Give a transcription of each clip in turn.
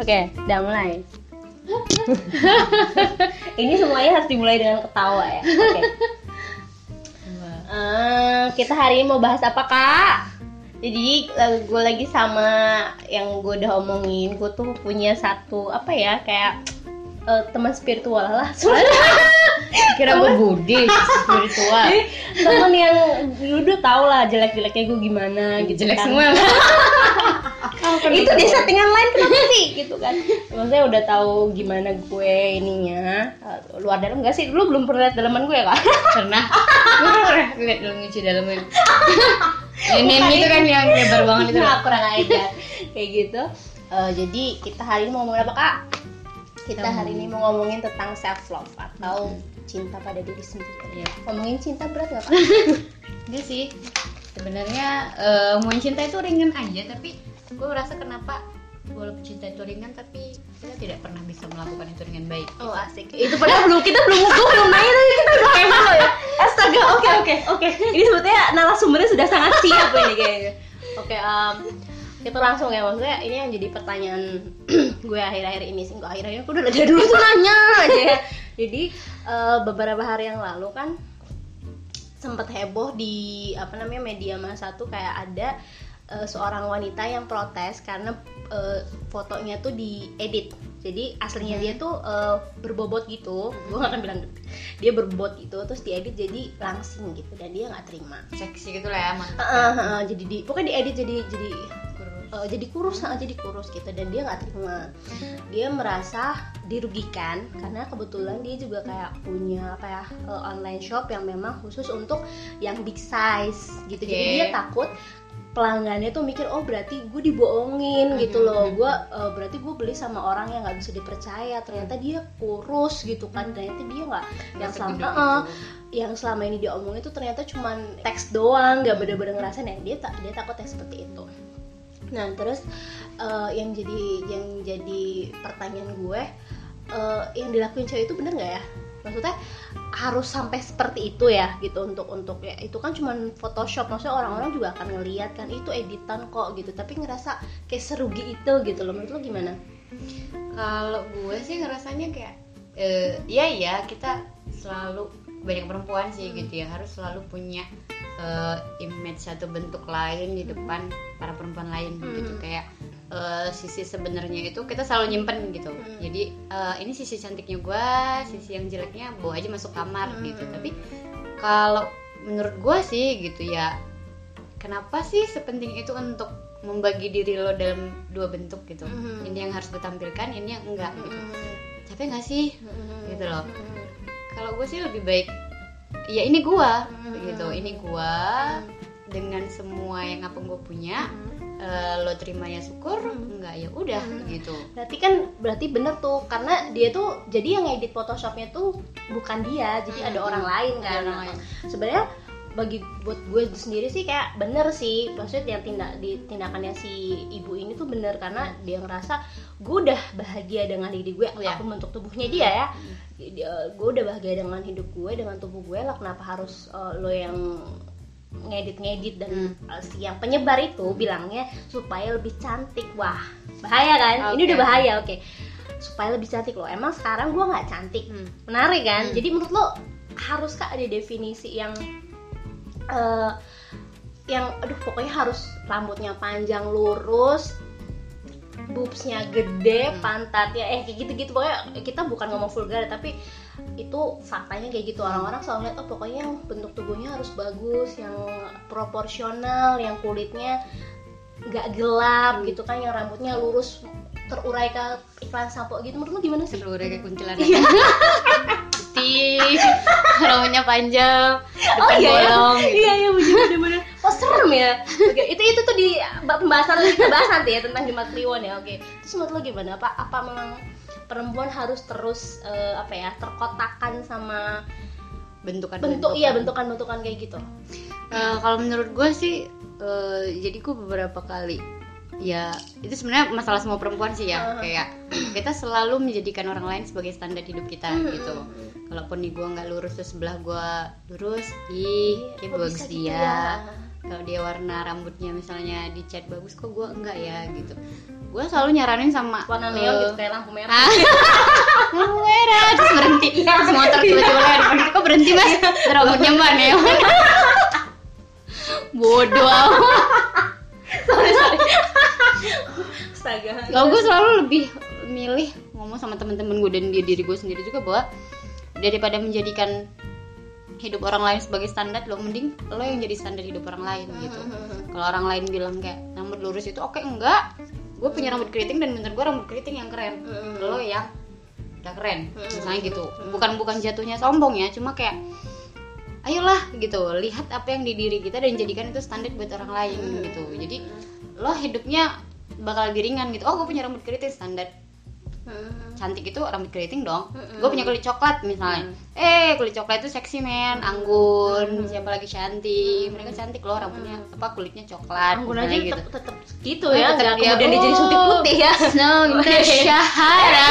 Oke, udah mulai. Ini semuanya harus dimulai dengan ketawa ya. Oke. Kita hari ini mau bahas apa, Kak? Jadi gue lagi sama yang gue udah omongin. Gue tuh punya satu apa ya, kayak teman spiritual lah. Kira gue Buddhis spiritual. Teman yang dulu tau lah jelek-jeleknya gue gimana gitu. Jelek kan. semua. Itu di settingan lain kenapa sih gitu kan. Maksudnya udah tahu gimana gue ininya. Luar dalam enggak sih? Dulu belum pernah lihat dalaman gue ya, Kak? Pernah. Gue pernah lihat dalam nyuci dalamnya. Ini itu kan yang lebar banget itu. Nah, kurang ajar. Kayak gitu. Jadi kita hari ini mau ngomongin apa, Kak? Kita hari ini mau ngomongin tentang self love atau cinta pada diri sendiri. Iya. Ngomongin cinta berat gak, Kak? Enggak sih. Sebenarnya ngomongin cinta itu ringan aja, tapi gue merasa kenapa walaupun cinta itu ringan tapi kita tidak pernah bisa melakukan itu dengan baik. Oh, asik. Itu padahal kita belum nanya tadi kita udah kayak lo ya. Astaga, oke. Ini sebetulnya narasumbernya sudah sangat siap ini kayaknya. Oke, kita langsung ya, maksudnya ini yang jadi pertanyaan gue akhir-akhir ini sih. Enggak akhir-akhir, aku udah dari dulu tuh nanya aja ya. Jadi beberapa hari yang lalu kan sempat heboh di media massa tuh kayak ada seorang wanita yang protes karena fotonya tuh diedit. Jadi aslinya dia tuh berbobot gitu. Gue gak akan bilang dia berbobot gitu, terus diedit jadi langsing gitu dan dia nggak terima. Seksi gitu lah ya, mantap. Jadi pokoknya diedit jadi kurus gitu dan dia nggak terima. Dia merasa dirugikan karena kebetulan dia juga kayak punya online shop yang memang khusus untuk yang big size gitu. Jadi dia takut pelanggannya tuh mikir, oh berarti gue dibohongin gitu loh, berarti gue beli sama orang yang nggak bisa dipercaya, ternyata dia kurus gitu kan, ternyata dia nggak yang selama ini dia omongin itu ternyata cuman teks doang, nggak bener-bener ngerasain ya. Dia takut yang seperti itu. Nah terus yang jadi pertanyaan gue, yang dilakuin cewek itu bener nggak ya? Maksudnya harus sampai seperti itu ya gitu untuk ya itu kan cuman Photoshop, maksudnya orang-orang juga akan ngelihat kan itu editan kok gitu, tapi ngerasa kayak serugi itu gitu loh. Menurut lo gimana? Kalau gue sih ngerasanya kayak ya kita selalu banyak perempuan sih gitu ya, harus selalu punya image atau bentuk lain di depan para perempuan lain gitu, kayak sisi sebenarnya itu kita selalu nyimpen gitu. Jadi ini sisi cantiknya gue, sisi yang jeleknya bawa aja masuk kamar gitu. Tapi kalau menurut gue sih gitu ya, kenapa sih sepenting itu untuk membagi diri lo dalam dua bentuk gitu? Ini yang harus gue tampilkan, ini yang enggak gitu. Capek nggak sih gitu loh? Kalau gue sih lebih baik ya ini gue gitu, ini gue dengan semua yang apa gue punya. Lo terima ya syukur, enggak ya udah gitu. Berarti bener tuh, karena dia tuh jadi yang ngedit Photoshopnya tuh bukan dia, jadi ada orang lain kan. Sebenarnya buat gue sendiri sih kayak bener sih, maksudnya yang tindakannya si ibu ini tuh bener, karena dia ngerasa gue udah bahagia dengan diri gue, aku bentuk tubuhnya dia ya. Gue udah bahagia dengan hidup gue, dengan tubuh gue lah, kenapa harus lo yang ngedit dan si yang penyebar itu bilangnya supaya lebih cantik. Wah bahaya kan? Ini udah bahaya. Supaya lebih cantik loh. Emang sekarang gue nggak cantik, menarik kan? Jadi menurut lo haruskah ada definisi yang pokoknya harus rambutnya panjang lurus, boobsnya gede, pantatnya kayak gitu-gitu. Pokoknya kita bukan ngomong vulgar, tapi itu faktanya kayak gitu. Orang-orang selalu lihat pokoknya yang bentuk tubuhnya harus bagus, yang proporsional, yang kulitnya nggak gelap gitu kan, yang rambutnya lurus terurai ke iklan sampo gitu. Menurut lu gimana sih? Terurai kayak kuntilanak. Putih, rambutnya panjang, depan bolong. Iya bener-bener. Oh serem ya. Itu tuh di pembahasan kita bahas nanti ya tentang Jumat Kliwon ya. Terus menurut lo gimana? Apa memang perempuan harus terus terkotakan sama bentukan kayak gitu? Kalau menurut gue sih, jadi gue beberapa kali ya itu sebenarnya masalah semua perempuan sih ya, kayak kita selalu menjadikan orang lain sebagai standar hidup kita gitu. Kalaupun nih gue nggak lurus terus sebelah gue lurus, kayak bagus dia. kalau dia warna rambutnya misalnya dicat bagus kok gue enggak ya gitu. Gue selalu nyaranin sama warna neon gitu kayak lampu merah. Lampu merah terus berhenti, terus motor tiba-tiba lewat depan kita, kok berhenti mas, rambutnya mbak neon. Bodoh amat. sorry astaga. Kalau gue selalu lebih milih ngomong sama teman-teman gue dan diri gue sendiri juga bahwa daripada menjadikan hidup orang lain sebagai standar, lo mending lo yang jadi standar hidup orang lain gitu. Kalau orang lain bilang kayak rambut lurus itu oke, enggak, gue punya rambut keriting dan menurut gue rambut keriting yang keren, lo yang gak keren misalnya gitu. Bukan jatuhnya sombong ya, cuma kayak ayolah gitu, lihat apa yang di diri kita dan jadikan itu standar buat orang lain gitu. Jadi lo hidupnya bakal lebih ringan gitu. Oh gue punya rambut keriting, standar cantik itu rambut keriting dong. Gue punya kulit coklat misalnya, kulit coklat itu seksi men, Anggun siapa lagi cantik, mereka cantik loh rambutnya apa kulitnya coklat. Anggun aja gitu. tetap gitu ya, nggak dia, kemudian dia jadi suntik putih ya. Syahara.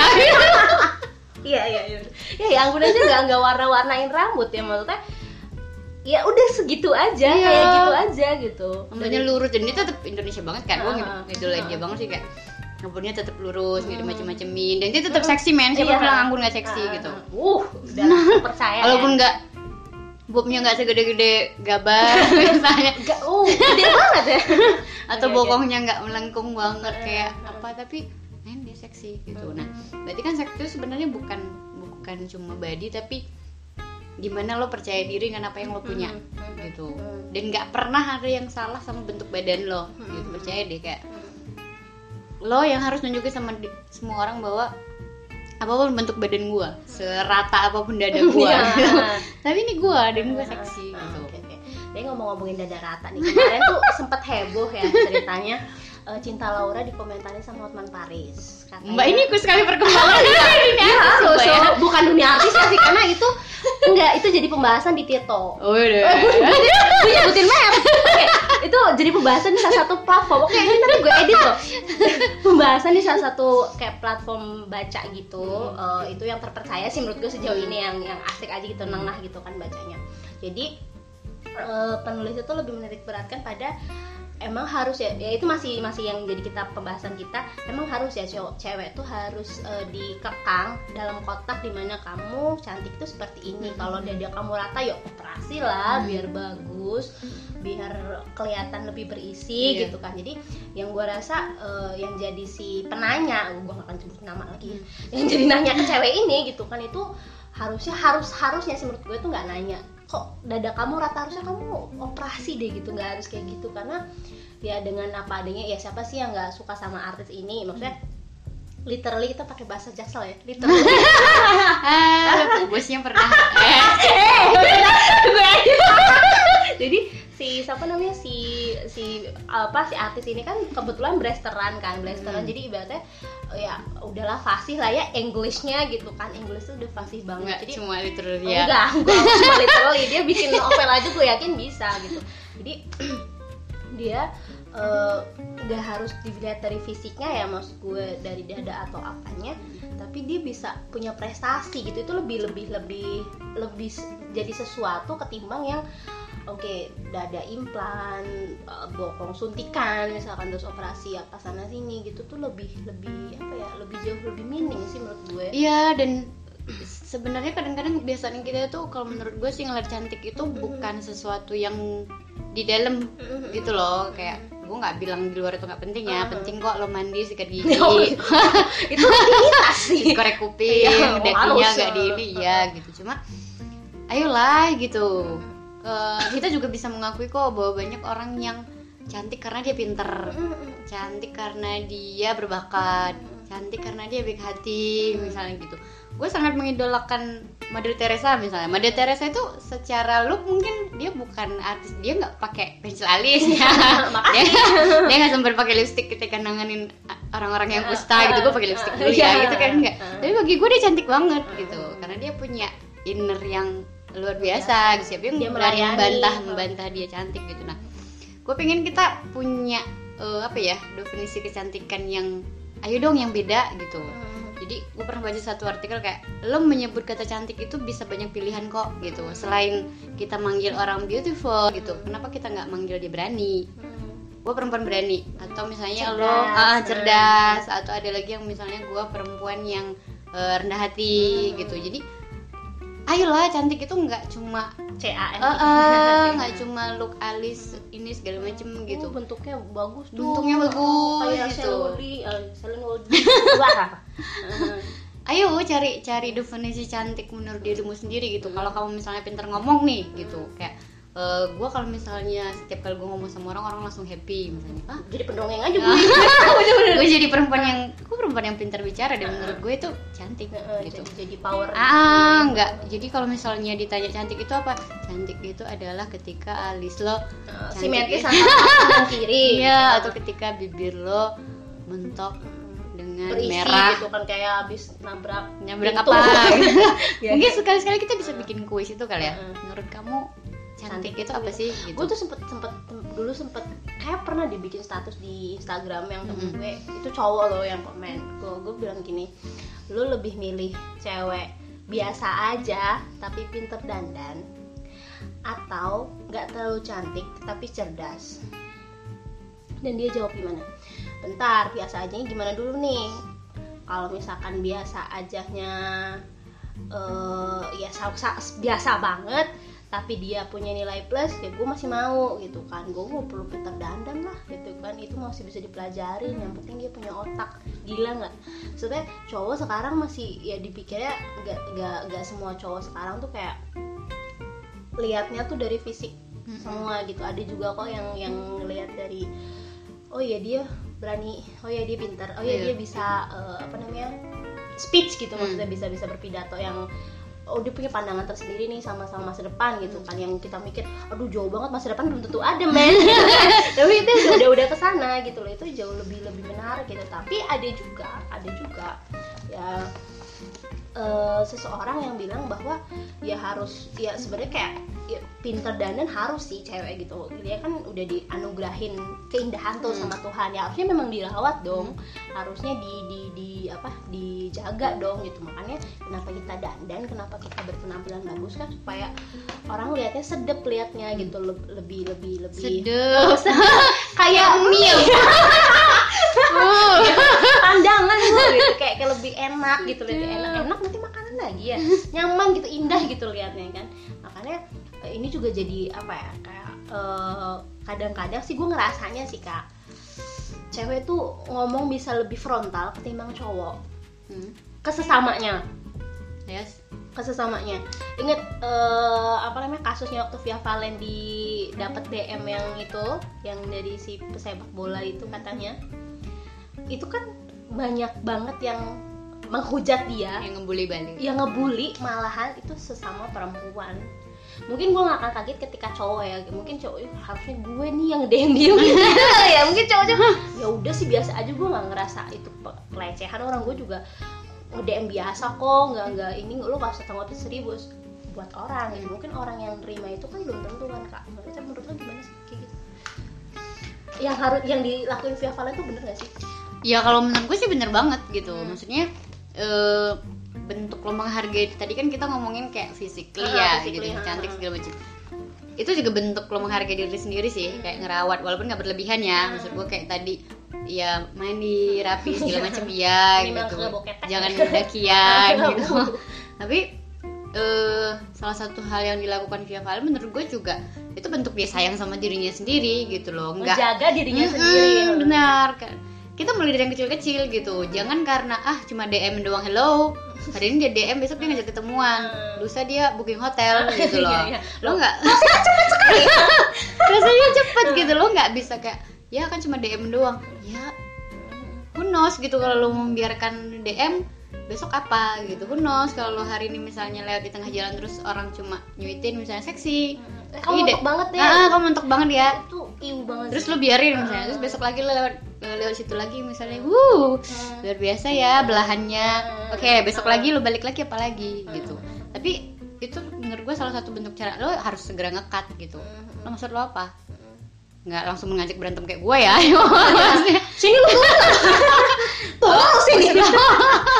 Iya Anggun aja nggak warna-warnain rambut ya, maksudnya ya udah segitu aja, kayak gitu aja gitu. Rambutnya lurus dan dia tetap Indonesia banget kan. Gue ngidolain dia banget sih, kayak rambutnya tetap lurus, nggak ada macem-macemin, dan dia tetap seksi men. Siapa bilang Anggun nggak seksi gitu? Udah percaya. Walaupun nggak bobnya nggak segede-gede gabar misalnya, gede banget ya. Atau bokongnya nggak melengkung banget kayak apa, tapi men dia seksi gitu. Nah, berarti kan seksi itu sebenarnya bukan cuma body, tapi gimana lo percaya diri dengan apa yang lo punya gitu. Dan nggak pernah ada yang salah sama bentuk badan lo gitu. Percaya deh, kayak lo yang harus nunjukin sama semua orang bahwa apapun bentuk badan gua, serata apapun dada gua gitu. Tapi ini gua dan gua seksi gitu. Jadi ngomongin dada rata nih, kemarin tuh sempet heboh ya ceritanya. Cinta Laura dikomentarin sama Hotman Paris. Katanya, Mbak ini ikut sekali perkembangan dunia artis ya. Bukan dunia artis ya sih, karena itu itu jadi pembahasan di Tirto. Oh iya. Gue nyebutin merek. Oke, itu jadi pembahasan di salah satu platform. Oke, ini nanti gue edit loh. Pembahasan di salah satu kayak platform baca gitu. Itu yang terpercaya sih menurut gue sejauh ini, yang asik aja gitu, nengah gitu kan bacanya. Jadi penulis itu lebih menitik beratkan pada emang harus ya itu masih yang jadi pembahasan kita, emang harus ya cewek tuh harus dikekang dalam kotak dimana kamu cantik itu seperti ini. Kalau dada kamu rata ya operasi lah biar bagus, biar kelihatan lebih berisi gitu kan. Jadi yang gue rasa yang jadi si penanya, gue gak akan sebut nama lagi, yang jadi nanya ke cewek ini gitu kan, itu harusnya sih menurut gue tuh nggak nanya kok dada kamu rata, harusnya kamu operasi deh gitu, nggak harus kayak gitu. Karena ya dengan apa adanya, ya siapa sih yang nggak suka sama artis ini, maksudnya literally kita pakai bahasa Jaksel ya, literally. Bosnya pernah jadi si siapa namanya si artis ini kan kebetulan blasteran, jadi ibaratnya ya udahlah fasih lah ya Englishnya gitu kan, English tuh udah fasih banget. Nggak jadi cuma literally ya. Enggak cuma literally, dia bikin novel aja gue yakin bisa gitu. Jadi dia gak harus dilihat dari fisiknya ya, maksud gue dari dada atau apanya, tapi dia bisa punya prestasi gitu. Itu lebih jadi sesuatu ketimbang yang dada implan, bokong suntikan misalkan, terus operasi apa sana sini gitu, tuh lebih jauh lebih minim sih menurut gue. Iya, dan sebenarnya kadang-kadang kebiasaan kita tuh kalau menurut gue sih ngeliat cantik itu bukan sesuatu yang di dalam gitu loh. Kayak gue nggak bilang di luar itu nggak penting ya, penting kok lo mandi, sikat gigi, itu rutinitas sih, korek kuping, dakinya nggak di ini ya gitu. Cuma ayolah gitu, kita juga bisa mengakui kok bahwa banyak orang yang cantik karena dia pinter, cantik karena dia berbakat, cantik karena dia baik hati misalnya gitu. Gue sangat mengidolakan Mother Teresa misalnya. Mother Teresa itu secara look mungkin dia bukan artis, dia nggak pakai pensil alis ya. dia nggak sempat pakai lipstick ketika nanganin orang-orang yang kusta gitu. Gue pakai lipstick dulu ya gitu kan, enggak. Tapi bagi gue dia cantik banget gitu, karena dia punya inner yang luar biasa. Siapa yang berani membantah dia cantik gitu. Nah, gue pengen kita punya definisi kecantikan yang ayo dong yang beda gitu. Jadi gue pernah baca satu artikel kayak lo menyebut kata cantik itu bisa banyak pilihan kok gitu. Selain kita manggil orang beautiful gitu, kenapa kita nggak manggil dia berani? Gue perempuan berani, atau misalnya cerdas, atau ada lagi yang misalnya gue perempuan yang rendah hati gitu. Jadi ayolah, cantik itu nggak cuma nggak cuma look alis ini segala macem gitu. Bentuknya bagus tuh, bentuknya bagus kayak gitu. Celine Ayo cari definisi cantik menurut dirimu sendiri gitu. Kalau kamu misalnya pintar ngomong nih gitu, kayak gue kalau misalnya setiap kali gue ngomong sama orang langsung happy misalnya. Jadi pendongeng aja gue. Gue jadi perempuan yang pintar bicara dan menurut gue itu cantik gitu. Jadi power. Enggak. Jadi kalau misalnya ditanya cantik itu apa? Cantik itu adalah ketika alis lo simetris antara kanan dan kiri. Iya, atau ketika bibir lo mentok dengan berisi merah gitu kan, kayak habis nabrak apa gitu. Mungkin sekali-sekali kita bisa bikin kuis itu kali ya. Menurut kamu cantik itu apa sih gitu? Gue tuh sempet kayak pernah dibikin status di Instagram yang temen gue itu cowok loh yang komen. Gue bilang gini, lu lebih milih cewek biasa aja tapi pinter dandan atau nggak terlalu cantik tapi cerdas? Dan dia jawab gimana? Bentar, biasa aja gimana dulu nih? Kalau misalkan biasa ajanya ya biasa banget tapi dia punya nilai plus, ya gue masih mau gitu kan. Gue mau perlu pintar dandan lah gitu kan, itu masih bisa dipelajarin, yang penting dia punya otak. Gila nggak? Maksudnya cowok sekarang masih ya dipikirnya nggak semua cowok sekarang tuh kayak liatnya tuh dari fisik semua gitu. Ada juga kok yang ngelihat dari oh ya dia berani, oh ya dia pintar, oh ya dia bisa speech gitu, maksudnya bisa berpidato yang dia punya pandangan tersendiri nih sama masa depan gitu kan, yang kita mikir aduh jauh banget masa depan belum tentu ada men. Tapi itu udah kesana gitu loh, itu jauh lebih menarik gitu. Tapi ada juga ya seseorang yang bilang bahwa ya harus, ya sebenarnya kayak ya, pinter dandan harus sih cewek gitu, dia kan udah dianugerahin keindahan tuh sama Tuhan, ya harusnya memang dirawat dong, harusnya dijaga dong gitu. Makanya kenapa kita dandan, kenapa kita berpenampilan bagus kan, supaya orang lihatnya sedep liatnya gitu, lebih sedep kayak mie pandangan gitu, kayak lebih enak gitu, lebih enak nanti makanan lagi ya nyaman gitu, indah gitu liatnya kan. Makanya ini juga jadi apa ya, kayak kadang-kadang sih gue ngerasanya sih Kak, cewek tuh ngomong bisa lebih frontal ketimbang cowok kesesamanya. Yes. Kesesamanya. Ingat kasusnya waktu Via Valen dapat DM yang itu, yang dari si pesepak bola itu katanya. Itu kan banyak banget yang menghujat dia, yang ngebully balik. Yang ngebully malahan itu sesama perempuan. Mungkin gue gak akan kaget ketika cowok ya, mungkin cowok harusnya gue nih yang DM dia gitu. Ya mungkin cowoknya ya udah sih biasa aja, gue nggak ngerasa itu pelecehan, orang gue juga nge-DM biasa kok, nggak ini lo gak usah tanggapin serius buat orang gitu. Mungkin orang yang nerima itu kan belum tentu kan Kak. Menurut lo gimana sih kayak gitu? Yang dilakuin Via Valen itu bener gak sih? Ya kalau menurut gue sih bener banget gitu. Maksudnya bentuk lo menghargai, tadi kan kita ngomongin kayak physically gitu, cantik segala macam. Itu juga bentuk lo menghargai diri sendiri sih, kayak ngerawat walaupun nggak berlebihan ya. Maksud gue kayak tadi ya mandi rapi segala macam ya gitu. Jangan dakian gitu. Tapi salah satu hal yang dilakukan Via Valen menurut gue juga itu bentuk dia sayang sama dirinya sendiri gitu loh. Menjaga dirinya sendiri. Benar kan. Kita mulai dari yang kecil-kecil gitu. Jangan karena cuma DM doang hello, hari ini dia DM, besok dia ngajak ketemuan, lusa dia booking hotel gitu loh. Lo nggak cepet sekali. Rasanya cepet gitu, lo nggak bisa kayak ya kan cuma DM doang. Ya who knows gitu, kalau lo membiarkan DM besok apa gitu. Who knows kalau lo hari ini misalnya lewat di tengah jalan terus orang cuma nyuitin misalnya seksi, kamu mentok banget deh. Kamu mentok banget ya. Itu iu banget. Terus lo biarin misalnya, terus besok lagi lo lewat situ lagi misalnya, luar biasa ya belahannya. Oke, besok lagi lo balik lagi apa lagi gitu. Tapi itu menurut gue salah satu bentuk cara lo harus segera nge-cut gitu. Lo maksud lo apa? Nggak langsung mengajak berantem kayak gue ya. Sini lo tuh sini.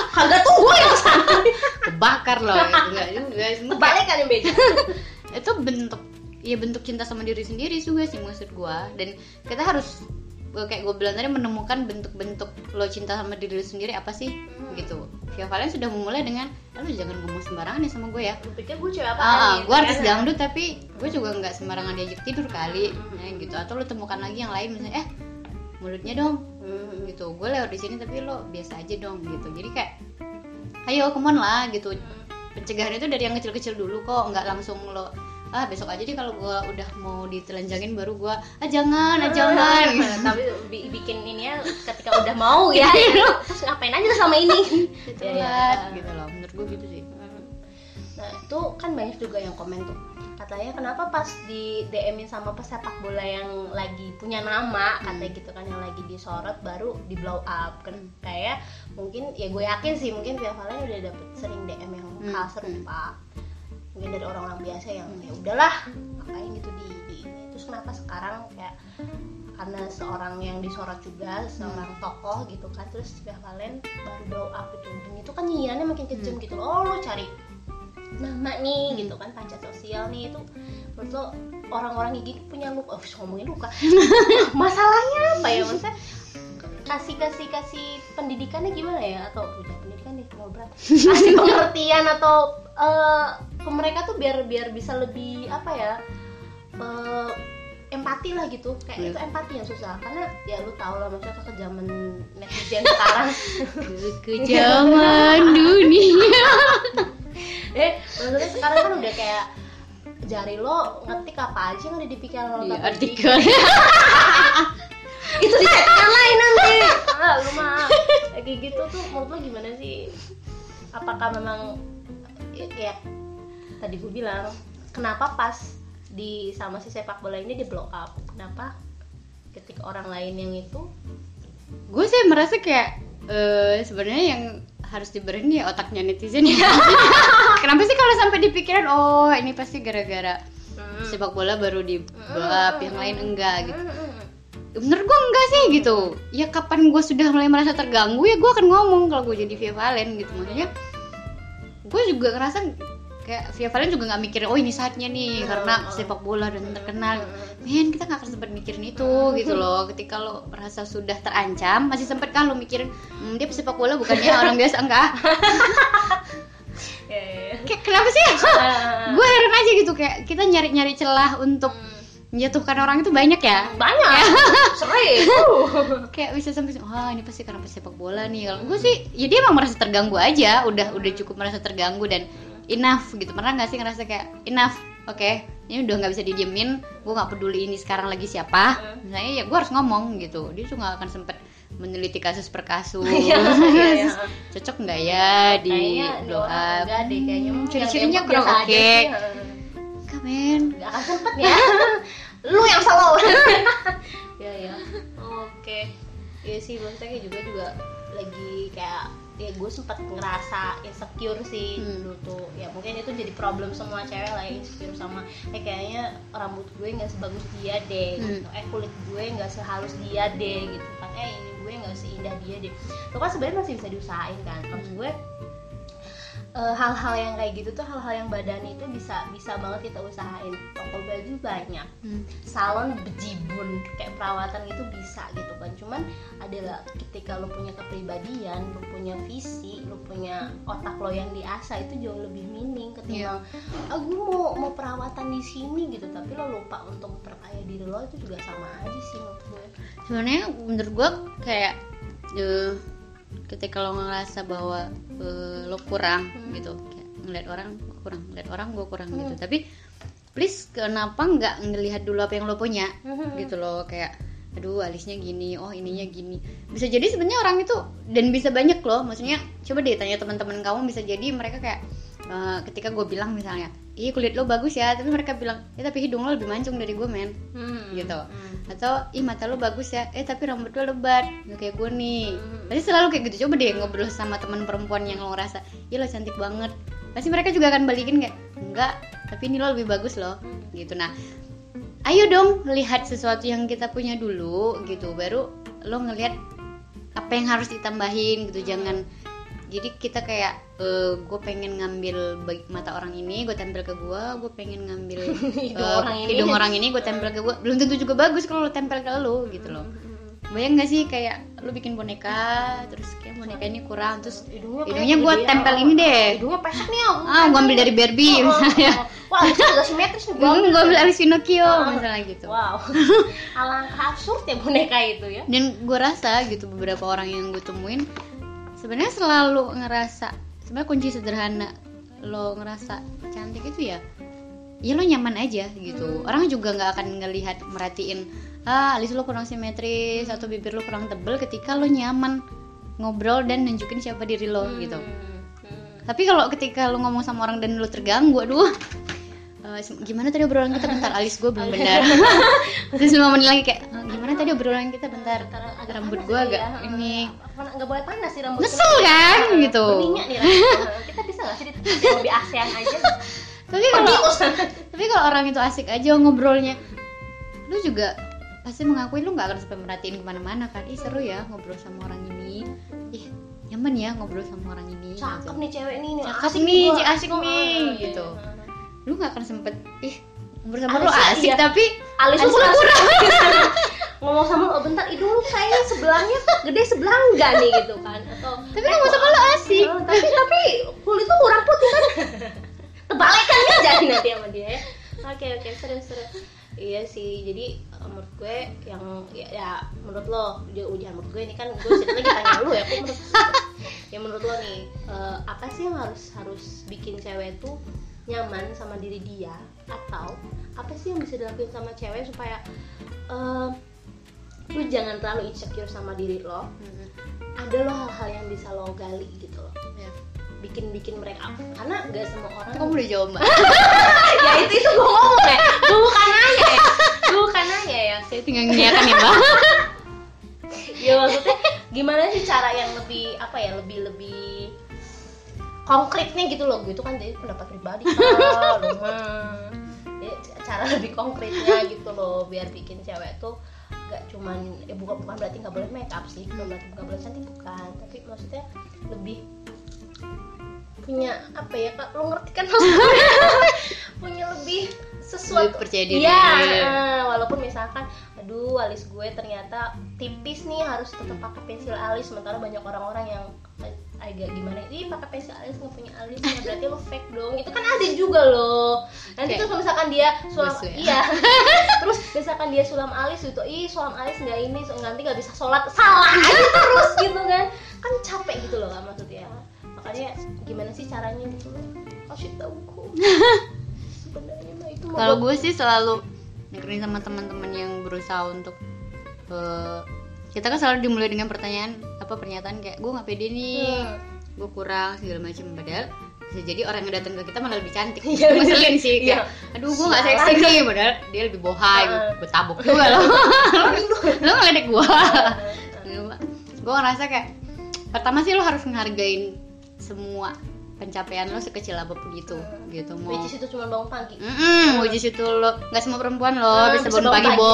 kagak tunggu yang sana. Kebakar loh gitu. Enggak juga. Balik kan yang beja. Itu bentuk cinta sama diri sendiri juga sih maksud gue. Dan kita harus kayak gue bilang tadi menemukan bentuk-bentuk lo cinta sama diri lo sendiri apa sih gitu. Via Valen sudah memulai dengan lo jangan ngomong sembarangan ya sama gue ya. Gue pikir gue cewek apa gue artis dangdut tapi gue juga nggak sembarangan diajak tidur kali gitu. Atau lo temukan lagi yang lain misalnya mulutnya dong gitu, gue lewat di sini tapi lo biasa aja dong gitu. Jadi kayak ayo come on lah gitu. Pencegahan itu dari yang kecil-kecil dulu kok, nggak langsung lo besok aja deh kalau gue udah mau ditelanjangin baru gue jangan tapi bikin ini ya ketika udah mau ya terus ngapain aja sama ini gitu loh, menurut gue gitu sih. Nah itu kan banyak juga yang komen tuh katanya kenapa pas di DM-in sama pesepak bola yang lagi punya nama katanya gitu kan, yang lagi disorot baru di blow up kan. Kayak mungkin ya gue yakin sih mungkin Via Valen udah dapet sering DM yang hal serupa mungkin dari orang-orang biasa yang ya udahlah ngapain gitu di ini. Terus kenapa sekarang kayak karena seorang yang disorot juga seorang tokoh gitu kan, terus Via Valen baru blow up gitu. Dan itu kan nyinyirannya makin kejam gitu loh. Lo cari nama nih gitu kan, pancat sosial nih. Itu menurut lo orang-orang gigi punya luka, ngomongin luka masalahnya apa ya, maksudnya kasih pendidikannya gimana ya, atau udah pendidikan nih mau berat kasih pengertian atau ke mereka tuh biar bisa lebih apa ya, empati lah gitu. Kayak itu empati yang susah karena ya lu tau lah maksudnya kekejaman netizen sekarang kekejaman dunia maksudnya sekarang kan udah kayak jari lo ngetik apa aja yang ada di pikiran lo artikel itu yang lain nanti lu mah kayak gitu tuh. Menurut lo gimana sih, apakah memang ya tadi gue bilang kenapa pas di sama si sepak bola ini di blow up, kenapa ketika orang lain yang itu gue sih merasa kayak sebenarnya yang harus diberesin ya otaknya netizen ya. Kenapa sih kalau sampai dipikirin ini pasti gara-gara sepak bola baru di blow up, yang lain enggak gitu. Bener gue enggak sih gitu. Ya kapan gue sudah mulai merasa terganggu ya gue akan ngomong kalau gue jadi Via Valen gitu. Maksudnya gue juga ngerasa kayak Via Valen juga nggak mikirin ini saatnya nih karena sepak bola dan terkenal. Men, kita nggak akan sempat mikirin itu gitu loh. Ketika lo merasa sudah terancam masih sempat kan lo mikirin dia pesepak bola bukannya orang biasa, enggak. Kayak kenapa sih? Gue heran aja gitu, kayak kita nyari celah untuk menjatuhkan orang itu banyak ya. Sering kayak bisa sampai ini pasti karena pesepak bola nih. Kalau gue sih ya dia emang merasa terganggu aja, udah cukup merasa terganggu dan enough gitu. Pernah nggak sih ngerasa kayak enough, oke, ini udah nggak bisa didiemin, gue nggak peduli ini sekarang lagi siapa, misalnya ya gue harus ngomong gitu. Dia tuh nggak akan sempet meneliti kasus per kasus. Cocok nggak ya di blow up, ciri-cirinya kurang oke. Kamen nggak akan sempet ya. Lu yang salah. ya oke. Iya sih, maksudnya juga lagi kayak ya gue sempat ngerasa insecure sih dulu tuh. Ya mungkin itu jadi problem semua cewek lah, insecure sama kayaknya rambut gue nggak sebagus dia deh gitu. Kulit gue nggak sehalus dia deh gitu kan, ini gue nggak seindah dia deh. Itu kan sebenarnya masih bisa diusahain kan. Maksud gue hal-hal yang kayak gitu tuh, hal-hal yang badan itu bisa banget kita usahain. Toko baju banyak, salon bejibun kayak perawatan itu bisa gitu kan. Cuman adalah ketika lo punya kepribadian, lo punya visi, lo punya otak lo yang diasah, itu jauh lebih mining ketimbang gue mau perawatan di sini gitu tapi lo lupa untuk memperkaya diri lo. Itu juga sama aja sih menurut gue. Sebenarnya menurut gue kayak ketika lo ngerasa bahwa lo kurang gitu, kayak ngeliat orang gue kurang gitu, tapi please kenapa nggak ngelihat dulu apa yang lo punya gitu loh. Kayak aduh alisnya gini, ininya gini, bisa jadi sebenarnya orang itu, dan bisa banyak loh, maksudnya coba deh tanya teman-teman kamu, bisa jadi mereka kayak ketika gue bilang misalnya kulit lo bagus ya, tapi mereka bilang tapi hidung lo lebih mancung dari gue men gitu. Atau mata lo bagus ya, tapi rambut lo lebat kayak gue nih. Pasti selalu kayak gitu. Coba deh ngobrol sama teman perempuan yang lo ngerasa lo cantik banget, pasti mereka juga akan balikin kayak enggak, tapi ini lo lebih bagus loh gitu. Nah ayo dong lihat sesuatu yang kita punya dulu gitu, baru lo ngelihat apa yang harus ditambahin gitu. Jangan Jadi kita kayak gue pengen ngambil mata orang ini, gue tempel ke gue pengen ngambil hidung orang ini gue tempel ke gue. Belum tentu juga bagus kalau lo tempel ke lo gitu loh. Bayang gak sih kayak lu bikin boneka, terus kayak boneka ini kurang, terus hidungnya gue tempel ini deh. Hidungnya pesek nih gue ambil dari Barbie misalnya. Wah, itu agak simetris nih. Gue ambil Alice Pinocchio misalnya gitu. Wow, alangkah absurd ya boneka itu ya. Dan gue rasa gitu beberapa orang yang gue temuin sebenarnya selalu ngerasa sebenarnya kunci sederhana lo ngerasa cantik itu ya lo nyaman aja gitu. Orang juga nggak akan ngelihat merhatiin alis lo kurang simetris atau bibir lo kurang tebel ketika lo nyaman ngobrol dan nunjukin siapa diri lo gitu. Tapi kalau ketika lo ngomong sama orang dan lo terganggu, aduh gimana tadi obrolan kita, bentar alis gue belum benar. Terus 5 menit lagi kayak gimana tadi obrolan kita, bentar rambut gue agak ini nggak boleh panas sih rambut. Ngesel kan gitu. Berminyak nih rambut. Kita bisa nggak sih yang lebih ASEAN aja. Tapi kalau orang itu asik aja ngobrolnya, lu juga pasti mengakui lu nggak akan sampai merhatiin kemana-mana kan. Seru ya ngobrol sama orang ini, nyaman ya ngobrol sama orang ini, cakep gitu. nih cewek nih asik nih gitu. Lu nggak akan sempet ngobrol sama lu asik tapi alis lu kurang. Ngomong sama lu bentar hidung lu kayaknya sebelahnya gede sebelah enggak nih gitu kan, atau tapi ngomong sama lu asik tapi kulit lu kurang putih kan. Terbalikan kan jadi nanti sama dia ya. Oke seru. Iya sih, jadi menurut gue yang ya menurut lo, jangan menurut gue ini kan gue ceritanya kita tanya lu ya, menurut lo nih apa sih yang harus bikin cewek tuh nyaman sama diri dia, atau apa sih yang bisa dilakuin sama cewek supaya lu jangan terlalu insecure sama diri lo. Ada lo hal-hal yang bisa lo gali gitu loh, bikin mereka up, karena nggak semua orang. Kamu udah jawab mbak? Ya itu gue ngomong ya, gue bukan nanya ya. Saya tinggal ngiyakan ya mbak. Ya maksudnya gimana sih cara yang lebih lebih konkretnya gitu loh. Gue itu kan jadi pendapat pribadi kan, ya, cara lebih konkretnya gitu loh biar bikin cewek tuh gak cuman bukan berarti nggak boleh make up sih, bukan berarti nggak boleh cantik, bukan, tapi maksudnya lebih punya apa ya kak, lo ngerti kan maksudnya? Punya lebih sesuatu, lebih percaya diri ya, walaupun misalkan aduh alis gue ternyata tipis nih, harus tetap pakai pensil alis, sementara banyak orang-orang yang agak gimana, pakai pensil alis nggak punya alis, ya berarti lo fake dong. Itu kan ada juga loh. Nanti terus misalkan dia sulam, terus misalkan dia sulam alis gitu, sulam alis nggak ini, nanti nggak bisa sholat, salah aja terus gitu kan capek gitu loh maksudnya. Makanya gimana sih caranya gitu loh, kasih tahu kok. Sebenarnya mah itu. Kalau gue sih selalu dengerin sama teman-teman yang berusaha untuk kita kan selalu dimulai dengan pernyataan kayak gue nggak pede nih, gue kurang segala macam, padahal bisa jadi orang yang datang ke kita malah lebih cantik. Ngeselin sih kayak aduh gue nggak seksi nih, padahal dia lebih bohai, gue tabok juga loh. Lo ngeledek gue. Gue ngerasa kayak pertama sih lo harus menghargain semua pencapaian lo sekecil apapun itu gitu. Mau which is itu cuma bangun pagi. Which is itu lo nggak semua perempuan lo bisa bangun pagi, Bo.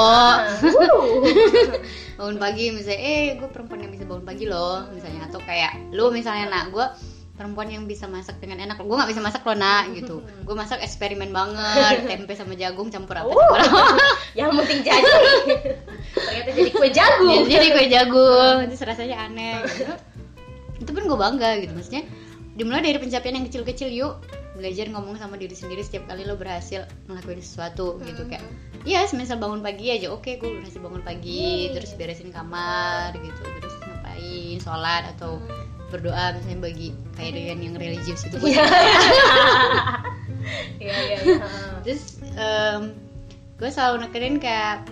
Bangun pagi misalnya gue perempuan yang bisa bangun pagi lo misalnya, atau kayak lo misalnya nak gue perempuan yang bisa masak dengan enak, gue nggak bisa masak lo nak gitu. Gue masak eksperimen banget, tempe sama jagung campur apa yang penting jadi ternyata jadi kue jagung. Jadi kue jagung itu rasanya aneh gitu. Itu pun gue bangga gitu, maksudnya dimulai dari pencapaian yang kecil-kecil. Yuk belajar ngomong sama diri sendiri setiap kali lo berhasil ngelakuin sesuatu gitu, kayak ya semisal bangun pagi aja, oke gue berhasil bangun pagi, terus beresin kamar gitu, terus ngapain, sholat atau berdoa misalnya bagi kayak dengan yang religius itu buat iya. Terus gue selalu nekenin kayak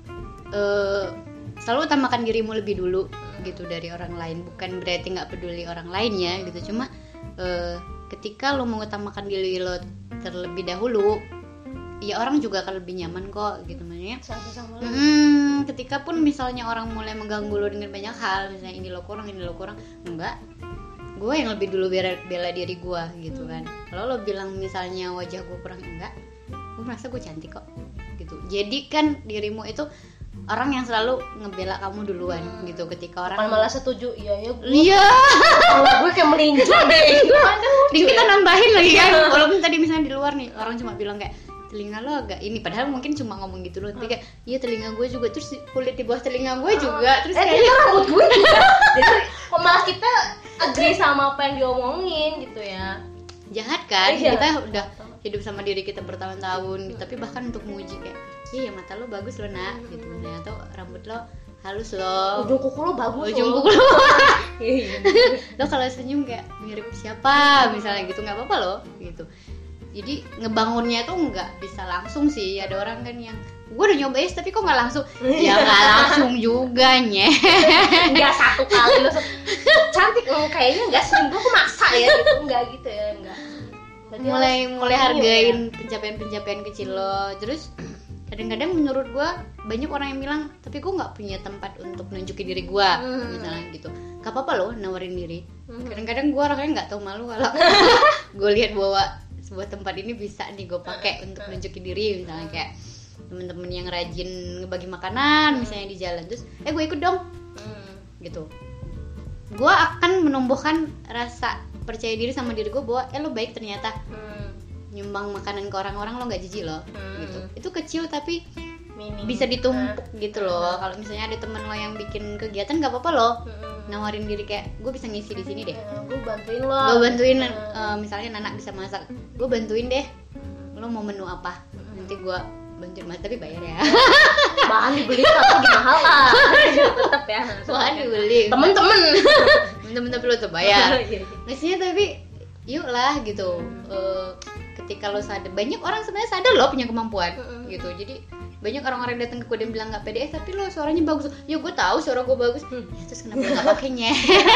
selalu utamakan dirimu lebih dulu gitu dari orang lain. Bukan berarti nggak peduli orang lainnya gitu, cuma ketika lo mengutamakan diri lo terlebih dahulu, ya orang juga akan lebih nyaman kok gitu, maksudnya ketika pun misalnya orang mulai mengganggu lo dengan banyak hal, misalnya ini lo kurang, enggak, gue yang lebih dulu bela diri gue gitu kan. Kalau lo bilang misalnya wajah gue kurang, enggak, gue merasa gue cantik kok gitu. Jadikan dirimu itu orang yang selalu ngebela kamu duluan gitu. Ketika orang malah setuju, iya iya kalau gue kayak melinju deh gimana kita nambahin lagi kan. Walaupun tadi misalnya di luar nih orang cuma bilang kayak telinga lo agak ini, padahal mungkin cuma ngomong gitu loh, tapi kayak iya telinga gue juga, terus kulit di bawah telinga gue juga, terus kayak rambut gue juga. Jadi kok malah kita agree sama apa yang diomongin gitu ya. Jahat kan, kita udah hidup sama diri kita bertahun-tahun, tapi bahkan untuk muji kayak iya mata lo bagus lo nak gitu, nah atau rambut lo halus lo, ujung kuku lo bagus, ujung kuku lo lo kalau senyum kayak mirip siapa misalnya gitu, nggak apa-apa lo gitu. Jadi ngebangunnya tuh nggak bisa langsung sih. Ada orang kan yang gue udah nyobain tapi kok nggak langsung. Ya nggak langsung juga nye. Nggak satu kali lo cantik kayaknya nggak seminggu aku maksa ya gitu, nggak gitu ya nggak. Mulai hargain pencapaian kecil lo. Terus kadang-kadang menurut gue banyak orang yang bilang tapi gue nggak punya tempat untuk nunjukin diri gue misalnya gitu. Gak apa-apa lo nawarin diri. Kadang-kadang gue orangnya nggak tahu malu kalau gue lihat bahwa sebuah tempat ini bisa nih gue pakai untuk nunjukin diri, misalnya kayak temen-temen yang rajin ngebagi makanan misalnya di jalan, terus gue ikut dong gitu. Gue akan menumbuhkan rasa percaya diri sama diri gue bahwa lo baik ternyata, nyumbang makanan ke orang-orang lo nggak jijik lo gitu. Itu kecil tapi bisa ditumpuk gitu loh. Kalau misalnya ada temen lo yang bikin kegiatan nggak apa-apa lo nawarin diri kayak gue bisa ngisi di sini deh, gue bantuin misalnya Nana bisa masak, gue bantuin deh, lo mau menu apa nanti gue bantuin masak tapi bayar ya. Bahan dibeli tapi mahal lah tetap ya, bahan dibeli temen-temen tapi lo tuh bayar nasinya, tapi yuk lah gitu. Ketika lo sadar, banyak orang sebenarnya sadar lo punya kemampuan gitu. Jadi banyak orang-orang yang datang ke gue dan bilang nggak pede, tapi lo suaranya bagus. Ya gue tahu suara gue bagus. Ya terus kenapa nggak pakainya?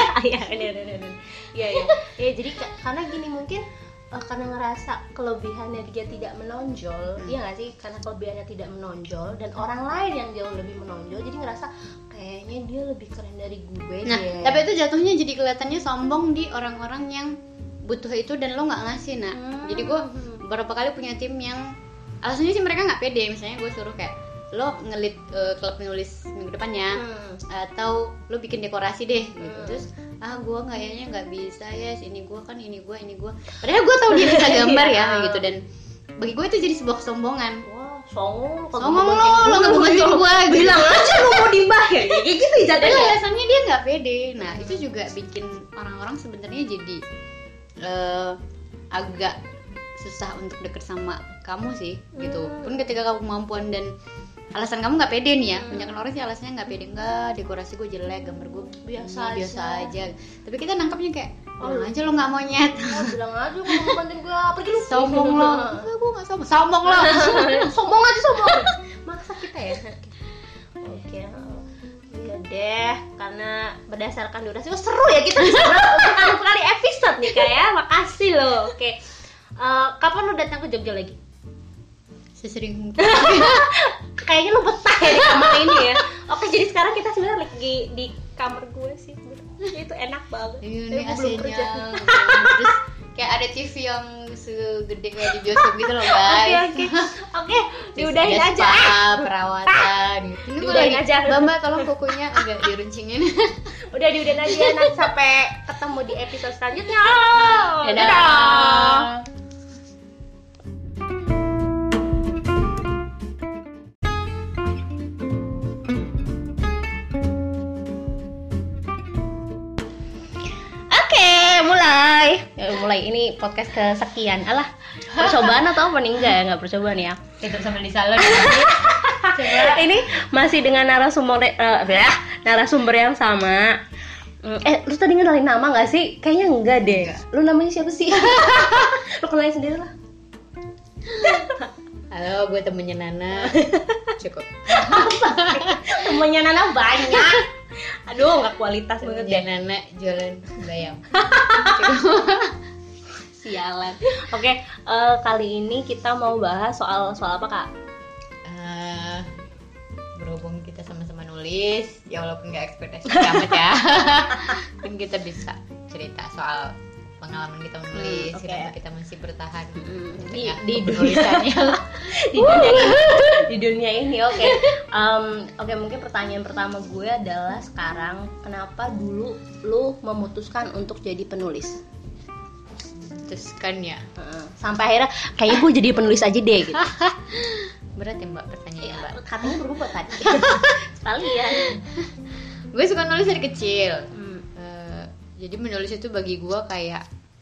Iya. Jadi karena gini mungkin karena ngerasa kelebihannya dia tidak menonjol, iya nggak sih? Karena kelebihannya tidak menonjol dan orang lain yang jauh lebih menonjol, jadi ngerasa kayaknya dia lebih keren dari gue. Nah, tapi itu jatuhnya jadi kelihatannya sombong di orang-orang yang butuh itu dan lo nggak ngasih. Nah, jadi gue beberapa kali punya tim yang alasannya sih mereka nggak pede. Misalnya gue suruh kayak lo ngelit klub nulis minggu depannya, atau lo bikin dekorasi deh gitu. Terus gue kayaknya nggak bisa ya, ini gue padahal gue tahu dia bisa gambar ya gitu. Dan bagi gue itu jadi sebuah kesombongan. Sombong lo nggak bantuin gue, bilang aja lo mau dibayar kayak gitu jadinya. Alasannya dia nggak pede. Nah itu juga bikin orang-orang sebenarnya jadi agak susah untuk deket sama kamu sih gitu. Pun ketika kamu kemampuan dan alasan kamu nggak pede nih ya, banyak orang sih alasannya nggak pede, enggak dekorasi gue jelek, gambar gue biasa aja. Tapi kita nangkapnya kayak bilang aja lo nggak monyet, bilang aja lo mau bantuin gue, pergi lu. Sombong lo, gue nggak sombong lo, sombong maksa kita ya. Oke. Ya deh, karena berdasarkan durasi seru ya kita bisa berapa kali episode nih kayak. Makasih lo. Oke. Kapan lo datang ke Jogja lagi? Sesering mungkin. Kayaknya lo betah ya di kamar ini ya. Oke, jadi sekarang kita sebenarnya lagi di kamar gue sih. Itu enak banget. Ini AC-nya. Terus kayak ada TV yang segede kayak di bioskop gitu loh guys. Oke, diudahin aja. Perawatan gitu. Diudahin aja. Mbak tolong kukunya agak diruncingin. Udah diudahin aja. Nanti sampai ketemu di episode selanjutnya. Dadah. Mulai ini podcast kesekian. Alah, percobaan atau apa nih? Enggak percobaan ya. Tutup sambil di salon. Coba. Ini masih dengan narasumber yang sama. Lu tadi ngenalin nama nggak sih? Kayaknya enggak deh. Lu namanya siapa sih? Lu kenalin sendiri lah. Halo, gue temennya Nana. Cukup. Temennya Nana banyak. Aduh, nggak kualitas banget deh. Nana jualan bayam. Sialan. Oke, kali ini kita mau bahas soal apa Kak? Berhubung kita sama-sama nulis, ya walaupun nggak ekspektasi amat ya, mungkin kita bisa cerita soal pengalaman kita menulis, Oke. kenapa kita masih bertahan di dunia penulisannya. di dunia ini. Oke. Oke, mungkin pertanyaan pertama gue adalah sekarang, kenapa dulu lu memutuskan untuk jadi penulis? Terus kan ya Sampai akhirnya kayaknya gue jadi penulis aja deh gitu. berat ya Mbak pertanyaannya Mbak. Katanya berubah tadi. Sekalian. Gue suka nulis dari kecil. Jadi menulis itu bagi gue kayak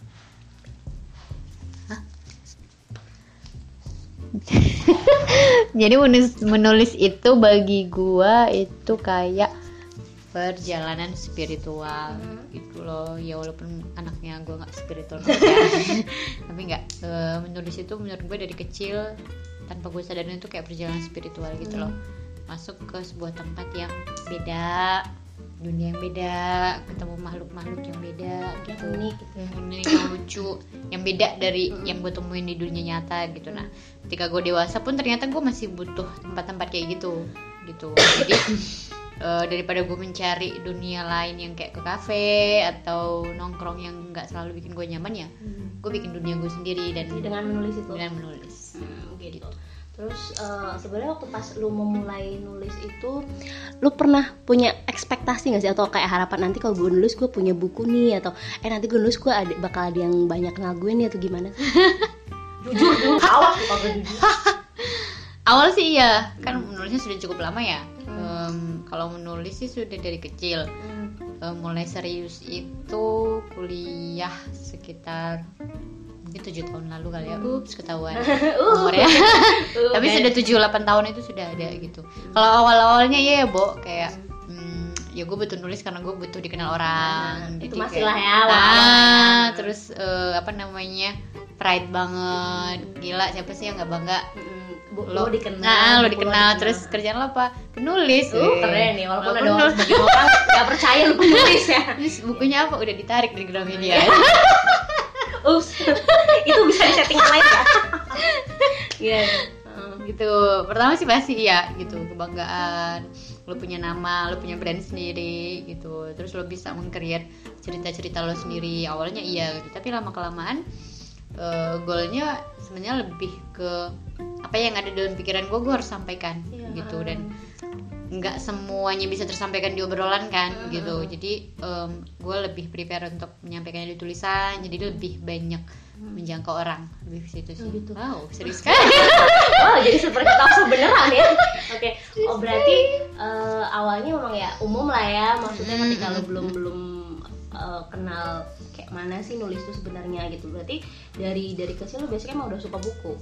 jadi menulis itu bagi gue itu kayak perjalanan spiritual gitu loh. Ya walaupun anaknya gue nggak spiritual banget ya. Tapi nggak, menulis itu menurut gue dari kecil tanpa gue sadarin itu kayak perjalanan spiritual gitu loh. Masuk ke sebuah tempat yang beda, dunia yang beda, ketemu makhluk-makhluk yang beda gitu, yang unik, yang lucu, yang beda dari yang gue temuin di dunia nyata gitu. Nah, ketika gue dewasa pun ternyata gue masih butuh tempat-tempat kayak gitu. Jadi daripada gue mencari dunia lain yang kayak ke kafe atau nongkrong yang nggak selalu bikin gue nyaman ya, gue bikin dunia gue sendiri dan dengan menulis itu. Dengan menulis. Gitu. Terus sebenarnya waktu pas lu memulai nulis itu, lu pernah punya ekspektasi nggak sih, atau kayak harapan nanti kalau gue nulis gue punya buku nih, atau nanti gue nulis gue bakal ada yang banyak kenal gue nih, atau gimana? Jujur dulu, awal tuh kalau jujur. Awal sih iya, kan menulisnya sudah cukup lama ya. Kalau menulis sih sudah dari kecil. Mulai serius itu kuliah sekitar mungkin 7 tahun lalu kali ya. Ketahuan umurnya. Tapi sudah 7-8 tahun itu sudah ada gitu. Kalau awal-awalnya ya Bo, kayak ya gue butuh nulis karena gue butuh dikenal orang. Itu jadi masih kayak, lah ya. Terus pride banget. Gila, siapa sih yang nggak bangga? Lo dikenal. Lo dikenal. Terus kerjaan lo apa? Penulis. Keren nih, walaupun ada orang sebagian orang nggak percaya lo penulis ya. Terus bukunya apa? Udah ditarik dari Gramedia. Itu bisa disetting lain ya. Iya. Gitu. Pertama sih pasti ya gitu, kebanggaan. Lo punya nama, lo punya brand sendiri gitu. Terus lo bisa meng-create cerita-cerita lo sendiri. Awalnya iya gitu, tapi lama-kelamaan goalnya sebenarnya lebih ke apa yang ada dalam pikiran gue harus sampaikan gitu. Dan nggak semuanya bisa tersampaikan di obrolan kan gitu. Jadi gue lebih prepare untuk menyampaikannya di tulisan, jadi lebih banyak menjangkau orang, lebih ke situ sih. Gitu. Wow, serius sekali. Wow, jadi seperti tahu beneran ya. Oke. Oh berarti awalnya memang ya umum lah ya, maksudnya ketika lo belum kenal kayak mana sih nulis itu sebenarnya gitu. Berarti dari kecil lo biasanya emang udah suka buku.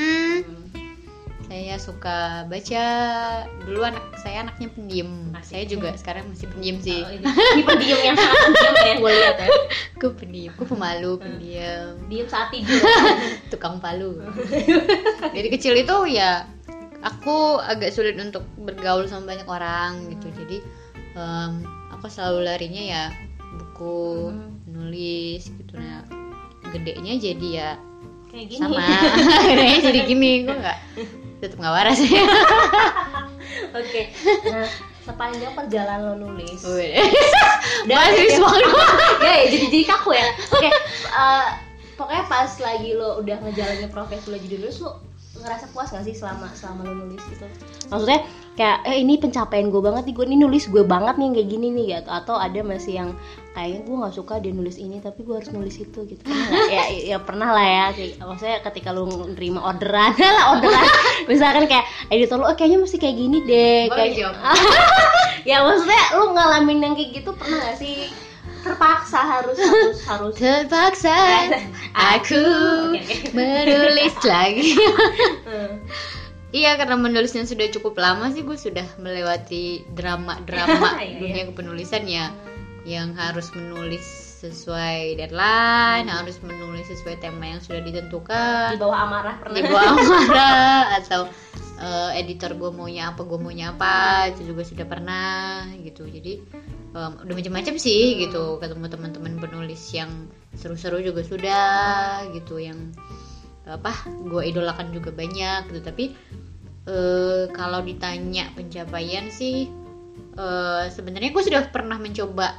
Saya suka baca. Dulu saya anaknya pendiam. Saya juga sekarang masih pendiam sih. Ini pendiam yang sangat pendiam yang gue lihat ya. Gue pendiam, gue pemalu, pendiam. Diam saat tidur. Tukang palu. Dari kecil itu ya aku agak sulit untuk bergaul sama banyak orang gitu. Jadi aku selalu larinya ya buku, nulis gitu. Nah, gedenya jadi ya kayak gini. sama. Gedenya jadi gini, gue tetap nggak waras ya. Oke. Nah, sepanjang perjalanan lo nulis. Serius banget. Ya, jadi kaku ya. Oke. Pokoknya pas lagi lo udah ngejalanin profesi lo jadi nulis, lo ngerasa puas gak sih selama lo nulis gitu? Maksudnya kayak ini pencapaian gue banget nih, gue nih nulis gue banget nih kayak gini nih gitu. Atau ada masih yang kayaknya gue nggak suka dia nulis ini tapi gue harus nulis itu gitu. Ya pernah lah ya. Maksudnya ketika lo nerima orderan misalkan kayak editor lo kayaknya mesti kayak gini deh. Ya maksudnya lo ngalamin yang kayak gitu pernah gak sih? Terpaksa harus terpaksa aku menulis lagi. Iya, karena menulisnya sudah cukup lama sih, gue sudah melewati drama dunia kepenulisan ya, yang harus menulis sesuai deadline, harus menulis sesuai tema yang sudah ditentukan. Di bawah amarah pernah. Di bawah amarah atau editor gue maunya apa, itu juga sudah pernah gitu. Jadi udah macam-macam sih gitu, ketemu teman-teman penulis yang seru-seru juga sudah gitu, yang gue idolakan juga banyak gitu. Tapi kalau ditanya pencapaian sih sebenarnya gue sudah pernah mencoba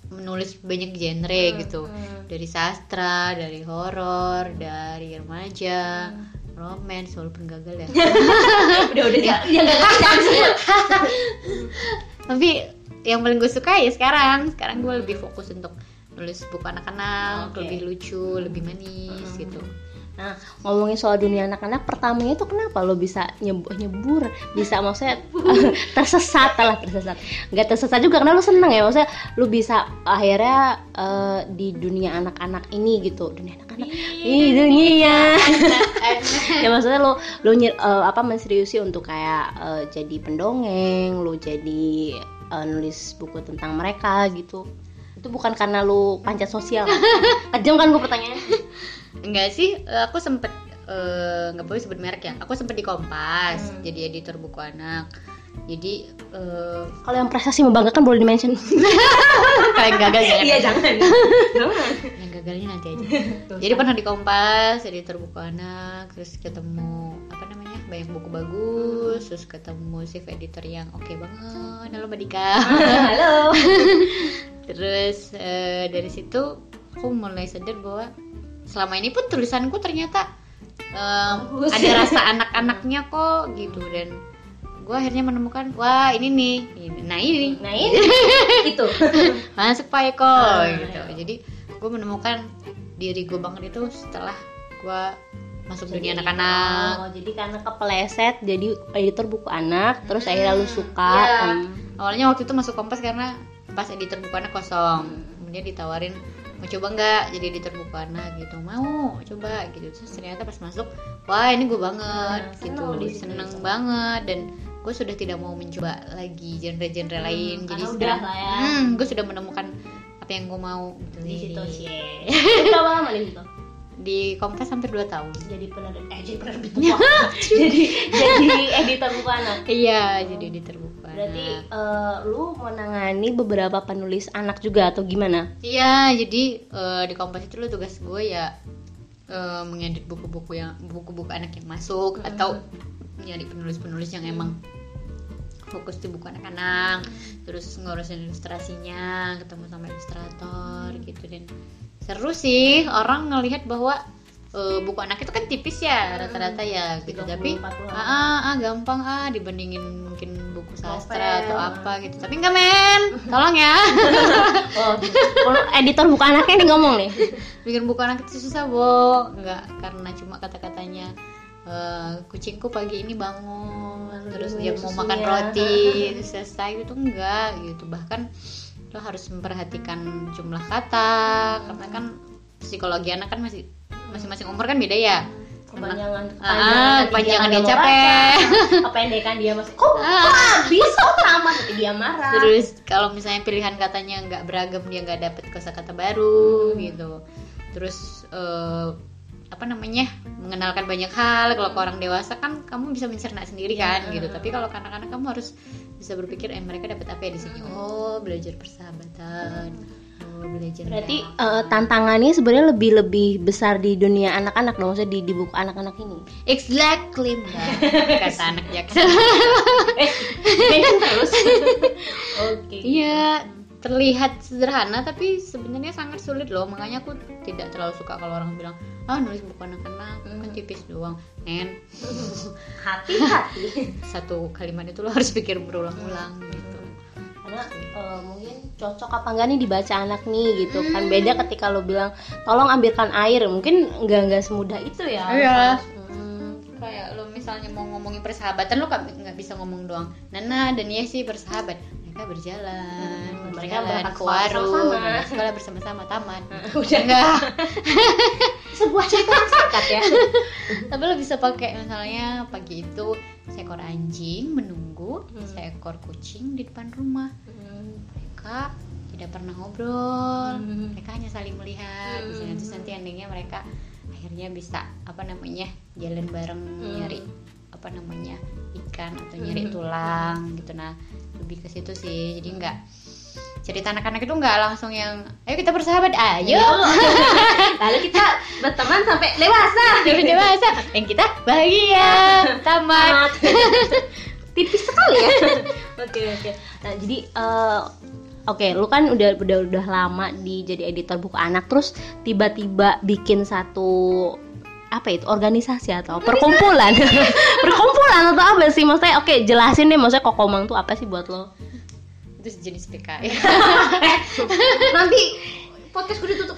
menulis banyak genre gitu, dari sastra, dari horor, dari remaja, romance, walaupun gagal ya. udah yang gagal sebut. Tapi yang paling gue suka ya sekarang gue lebih fokus untuk nulis buku anak-anak, lebih lucu, lebih manis gitu. Nah, ngomongin soal dunia anak-anak, pertamanya tuh kenapa lo bisa nyebur, bisa maksudnya tersesat. Nggak tersesat juga karena lo seneng ya, maksudnya lo bisa akhirnya di dunia anak-anak ini gitu, dunia anak-anak, dunia. Ya maksudnya lo menseriusi untuk kayak jadi pendongeng, lo jadi nulis buku tentang mereka gitu. Itu bukan karena lo panjat sosial. Kejam kan gue pertanyaannya. Enggak sih, aku sempet nggak boleh sebut merek ya. Aku sempet di Kompas, jadi editor buku anak. Jadi kalau yang prestasi membanggakan boleh di-mention. Kalau yang gagal jangan. Iya jangan. Yang gagalnya nanti aja. Jadi pernah di Kompas, editor buku anak, terus ketemu banyak buku bagus, terus ketemu chief editor yang oke banget. Halo Mbak Dika. Halo. Terus dari situ aku mulai sadar bahwa selama ini pun tulisanku ternyata ada rasa anak-anaknya kok gitu, dan gue akhirnya menemukan wah ini nih, nah ini itu masuk Pak Eko gitu. Jadi gue menemukan diri gue banget itu setelah gue masuk dunia anak-anak. Jadi karena kepeleset jadi editor buku anak, terus akhirnya lu suka. Awalnya waktu itu masuk Kompas karena pas editor buku anak kosong, kemudian ditawarin mau coba nggak jadi editor buku anak gitu, mau coba gitu. Terus ternyata pas masuk wah ini gue banget gitu, seneng banget, dan gue sudah tidak mau mencoba lagi genre-genre lain. Jadi sekarang gue sudah menemukan apa yang gue mau gitu. Di situ sih. Berapa lama di situ? Di Kompas hampir 2 tahun. Jadi penerbit buku. jadi editor buku anak. Iya, jadi editor buku anak. Berarti lu menangani beberapa penulis anak juga atau gimana? Iya, jadi di Kompas itu tugas gue ya mengedit buku-buku anak yang masuk, atau nyari penulis-penulis yang emang fokus di buku anak-anak, terus ngurusin ilustrasinya, ketemu sama ilustrator gitu. Dan seru sih, orang ngelihat bahwa buku anak itu kan tipis ya rata-rata ya gitu, tapi gampang dibandingin mungkin buku sastra atau apa gitu. Tapi enggak men, tolong ya. Editor buku anaknya nih ngomong nih, bikin buku anak itu susah enggak karena cuma kata-katanya kucingku pagi ini bangun, terus dia mau makan roti, selesai gitu, enggak gitu. Bahkan lo harus memperhatikan jumlah kata, karena kan psikologi anak kan masing-masing umur kan beda ya. Kepanjangan dia capek, kependekan dia masih kok habis tamat, nanti dia marah. Terus kalau misalnya pilihan katanya nggak beragam, dia nggak dapet kosakata baru gitu. Terus mengenalkan banyak hal. Kalau ke orang dewasa kan kamu bisa mencerna sendiri kan gitu, tapi kalau ke anak-anak kamu harus bisa berpikir mereka dapat apa ya di sini. Belajar persahabatan, belajar. Berarti tantangannya sebenarnya lebih besar di dunia anak-anak dong, maksudnya di buku anak-anak ini. Exactly, kata anak Jackson. Terus. Oke. Iya, terlihat sederhana tapi sebenarnya sangat sulit loh. Makanya aku tidak terlalu suka kalau orang bilang nulis buku anak-anak kan tipis doang. Hati-hati. Satu kalimat itu lo harus pikir berulang-ulang gitu. Karena mungkin cocok apa enggak nih dibaca anak nih gitu kan. Beda ketika lo bilang tolong ambilkan air, mungkin enggak semudah itu ya. Iya. Kayak lo misalnya mau ngomongin persahabatan, lo nggak bisa ngomong doang Nana dan Yesi bersahabat. Mereka berjalan, berjalan ke warung, sekolah bersama-sama, taman. Udah enggak. Sebuah cerita yang singkat ya. Tapi lo bisa pakai misalnya pagi itu seekor anjing menunggu seekor kucing di depan rumah. Mereka tidak pernah ngobrol, mereka hanya saling melihat. Terus nanti endingnya mereka akhirnya bisa jalan bareng nyari ikan atau nyari tulang gitu. Nah lebih ke situ sih. Jadi nggak, cerita anak-anak itu nggak langsung yang ayo kita bersahabat, ayo lalu kita berteman sampai dewasa dan kita bahagia tamat. Tipis sekali ya. Oke. Nah jadi oke, lu kan udah lama jadi editor buku anak, terus tiba-tiba bikin satu apa itu, organisasi atau perkumpulan perkumpulan atau apa sih maksudnya? Oke, jelasin deh maksudnya Kokomang tuh apa sih buat lo? Itu jenis PKI. Nanti podcast gue ditutup.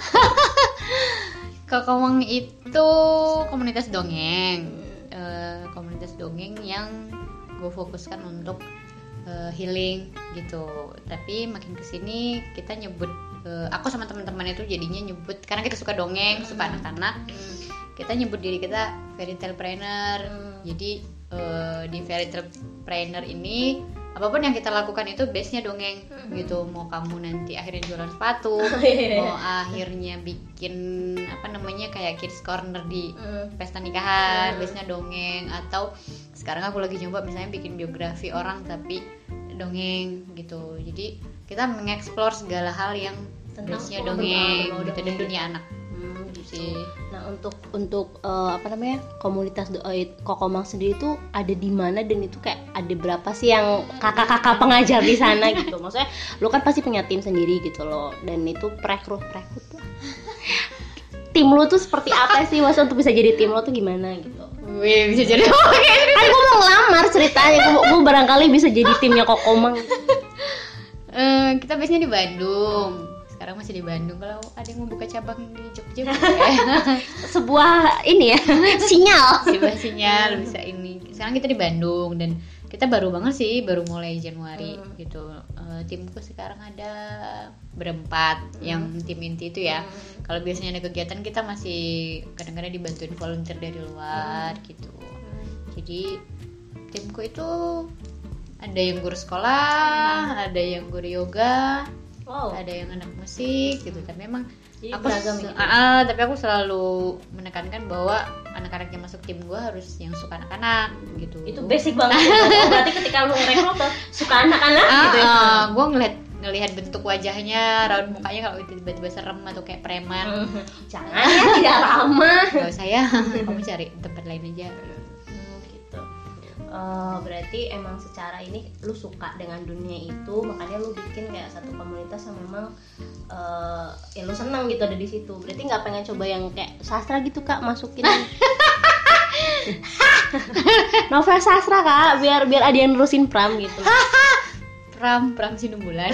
Kokomang itu komunitas dongeng, komunitas dongeng yang gue fokuskan untuk healing gitu. Tapi makin kesini kita nyebut, aku sama teman-teman itu jadinya nyebut, karena kita suka dongeng, suka anak-anak, kita nyebut diri kita fairy tale planner. Jadi di fairy tale planner ini apapun yang kita lakukan itu base-nya dongeng gitu. Mau kamu nanti akhirnya jualan sepatu, mau akhirnya bikin apa namanya kayak kids corner di pesta nikahan, base-nya dongeng. Atau sekarang aku lagi coba misalnya bikin biografi orang tapi dongeng gitu. Jadi kita mengeksplor segala hal yang base-nya dongeng gitu, dan dunia anak. Sih. Nah, untuk apa namanya, komunitas Kokomang sendiri itu ada di mana, dan itu kayak ada berapa sih yang kakak-kakak pengajar di sana gitu? Maksudnya lu kan pasti punya tim sendiri gitu loh, dan itu perekrut tuh. Tim lu tuh seperti apa sih? Maksudnya untuk bisa jadi tim lu tuh gimana gitu? Wih, bisa jadi. Kan gue mau ngelamar ceritanya, gue barangkali bisa jadi timnya Kokomang. Kita biasanya di Bandung. Sekarang masih di Bandung. Kalau ada yang mau buka cabang di Jogja, sebuah ini ya, sebuah sinyal bisa ini. Sekarang kita di Bandung dan kita baru banget sih, baru mulai Januari gitu. Timku sekarang ada berempat, yang tim inti itu ya. Kalau biasanya ada kegiatan kita masih kadang-kadang dibantuin volunteer dari luar gitu. Jadi timku itu ada yang guru sekolah, ada yang guru yoga, ada yang anak musik gitu. Tapi memang tapi aku selalu menekankan bahwa anak-anak yang masuk tim gue harus yang suka anak-anak gitu. Itu basic banget. Berarti ketika lu ngerekrut suka anak-anak gitu ya. Gue ngelihat bentuk wajahnya, raut mukanya, kalau tiba-tiba serem atau kayak preman, jangan ya, tidak ramah. Gak usah ya, kamu cari tempat lain aja. Berarti emang secara ini lu suka dengan dunia itu, makanya lu bikin kayak satu komunitas yang memang ya lu seneng gitu ada di situ. Berarti nggak pengen coba yang kayak sastra gitu Kak, masukin novel sastra Kak, biar ada yang nerusin Pram gitu. Pram Sinumbulan.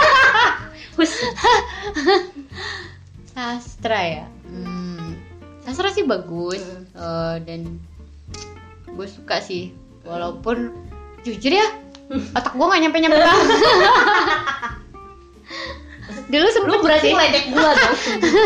Sastra ya, sastra sih bagus, dan gue suka sih. Walaupun jujur ya, otak gue gak nyampe dulu sempet. Lu berarti ledek gue dong.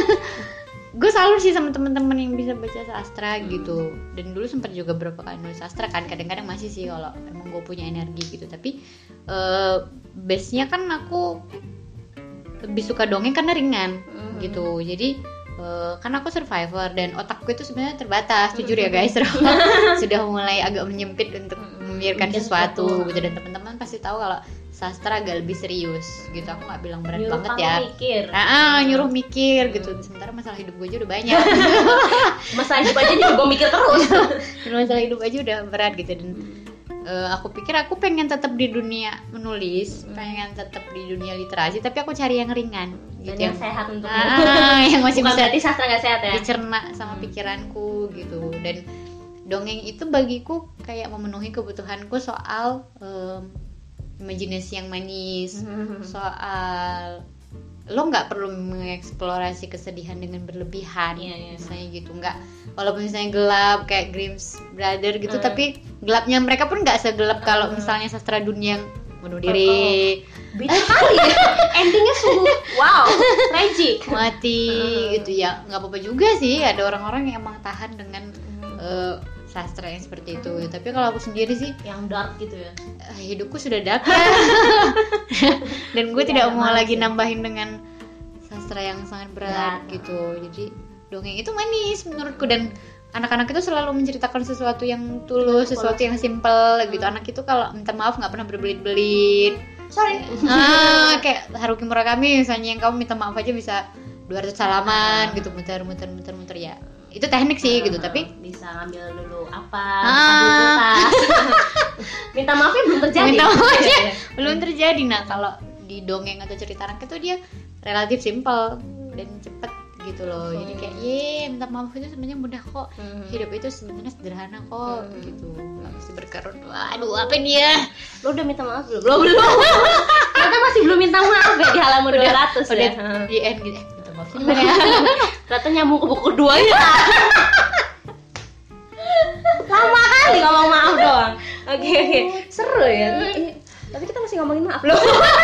Gue salut sih sama teman-teman yang bisa baca sastra gitu. Dan dulu sempet juga berapa kali nulis sastra kan. Kadang-kadang masih sih kalau emang gue punya energi gitu. Tapi base-nya kan aku lebih suka dongeng karena ringan gitu. Jadi karena aku survivor dan otakku itu sebenarnya terbatas, jujur ya guys. Sudah mulai agak menyempit untuk memikirkan sesuatu gitu. Dan teman-teman pasti tahu kalau sastra agak lebih serius gitu. Aku nggak bilang berat nyuruh banget ya mikir. Nyuruh mikir gitu. Sementara masalah hidup gue aja udah banyak. Masalah hidup aja juga gue mikir terus. Masalah hidup aja udah berat gitu. Dan aku pikir aku pengen tetap di dunia menulis, pengen tetap di dunia literasi, tapi aku cari yang ringan gitu, yang sehat untuk yang masih bukan bisa berarti sastra nggak sehat ya, dicerna sama pikiranku gitu. Dan dongeng itu bagiku kayak memenuhi kebutuhanku soal imajinasi yang manis, soal lo nggak perlu mengeksplorasi kesedihan dengan berlebihan, misalnya gitu. Nggak, walaupun misalnya gelap kayak Grimm's Brother gitu, tapi gelapnya mereka pun nggak segelap kalau misalnya sastra dunia yang bunuh diri. Bisa kali ya, endingnya sungguh wow, tragic, mati gitu ya. Nggak apa-apa juga sih, ada orang-orang yang emang tahan dengan sastra yang seperti itu. Tapi kalau aku sendiri sih yang dark gitu ya, hidupku sudah dark ya. Dan gue tidak mau lagi nambahin dengan sastra yang sangat berat gitu. Jadi dongeng itu manis menurutku, dan anak-anak itu selalu menceritakan sesuatu yang tulus, sesuatu yang simple gitu. Anak itu kalau minta maaf nggak pernah berbelit-belit. Sorry. Kayak Haruki Murakami misalnya, yang kamu minta maaf aja bisa 200 salaman gitu, muter ya. Itu teknik sih gitu, tapi bisa ngambil dulu apa, minta maafnya belum terjadi. Belum terjadi. Nah, kalau di dongeng atau cerita anak itu dia relatif simpel dan cepet gitu loh. Jadi kayak minta maaf itu sebenarnya mudah kok. Hidup itu sebenarnya sederhana kok gitu. Nggak mesti berkerut. Aduh, apa dia? Lo udah minta maaf belum? Belum. Ternyata masih belum minta maaf ya di halaman 200 udah ya. di end gitu. Minta maaf sih gimana ya? Ternyata nyambung ke buku 2 ya. Lama kali ngomong maaf doang. Oke. Seru ya. Tapi kita masih ngomongin maaf loh.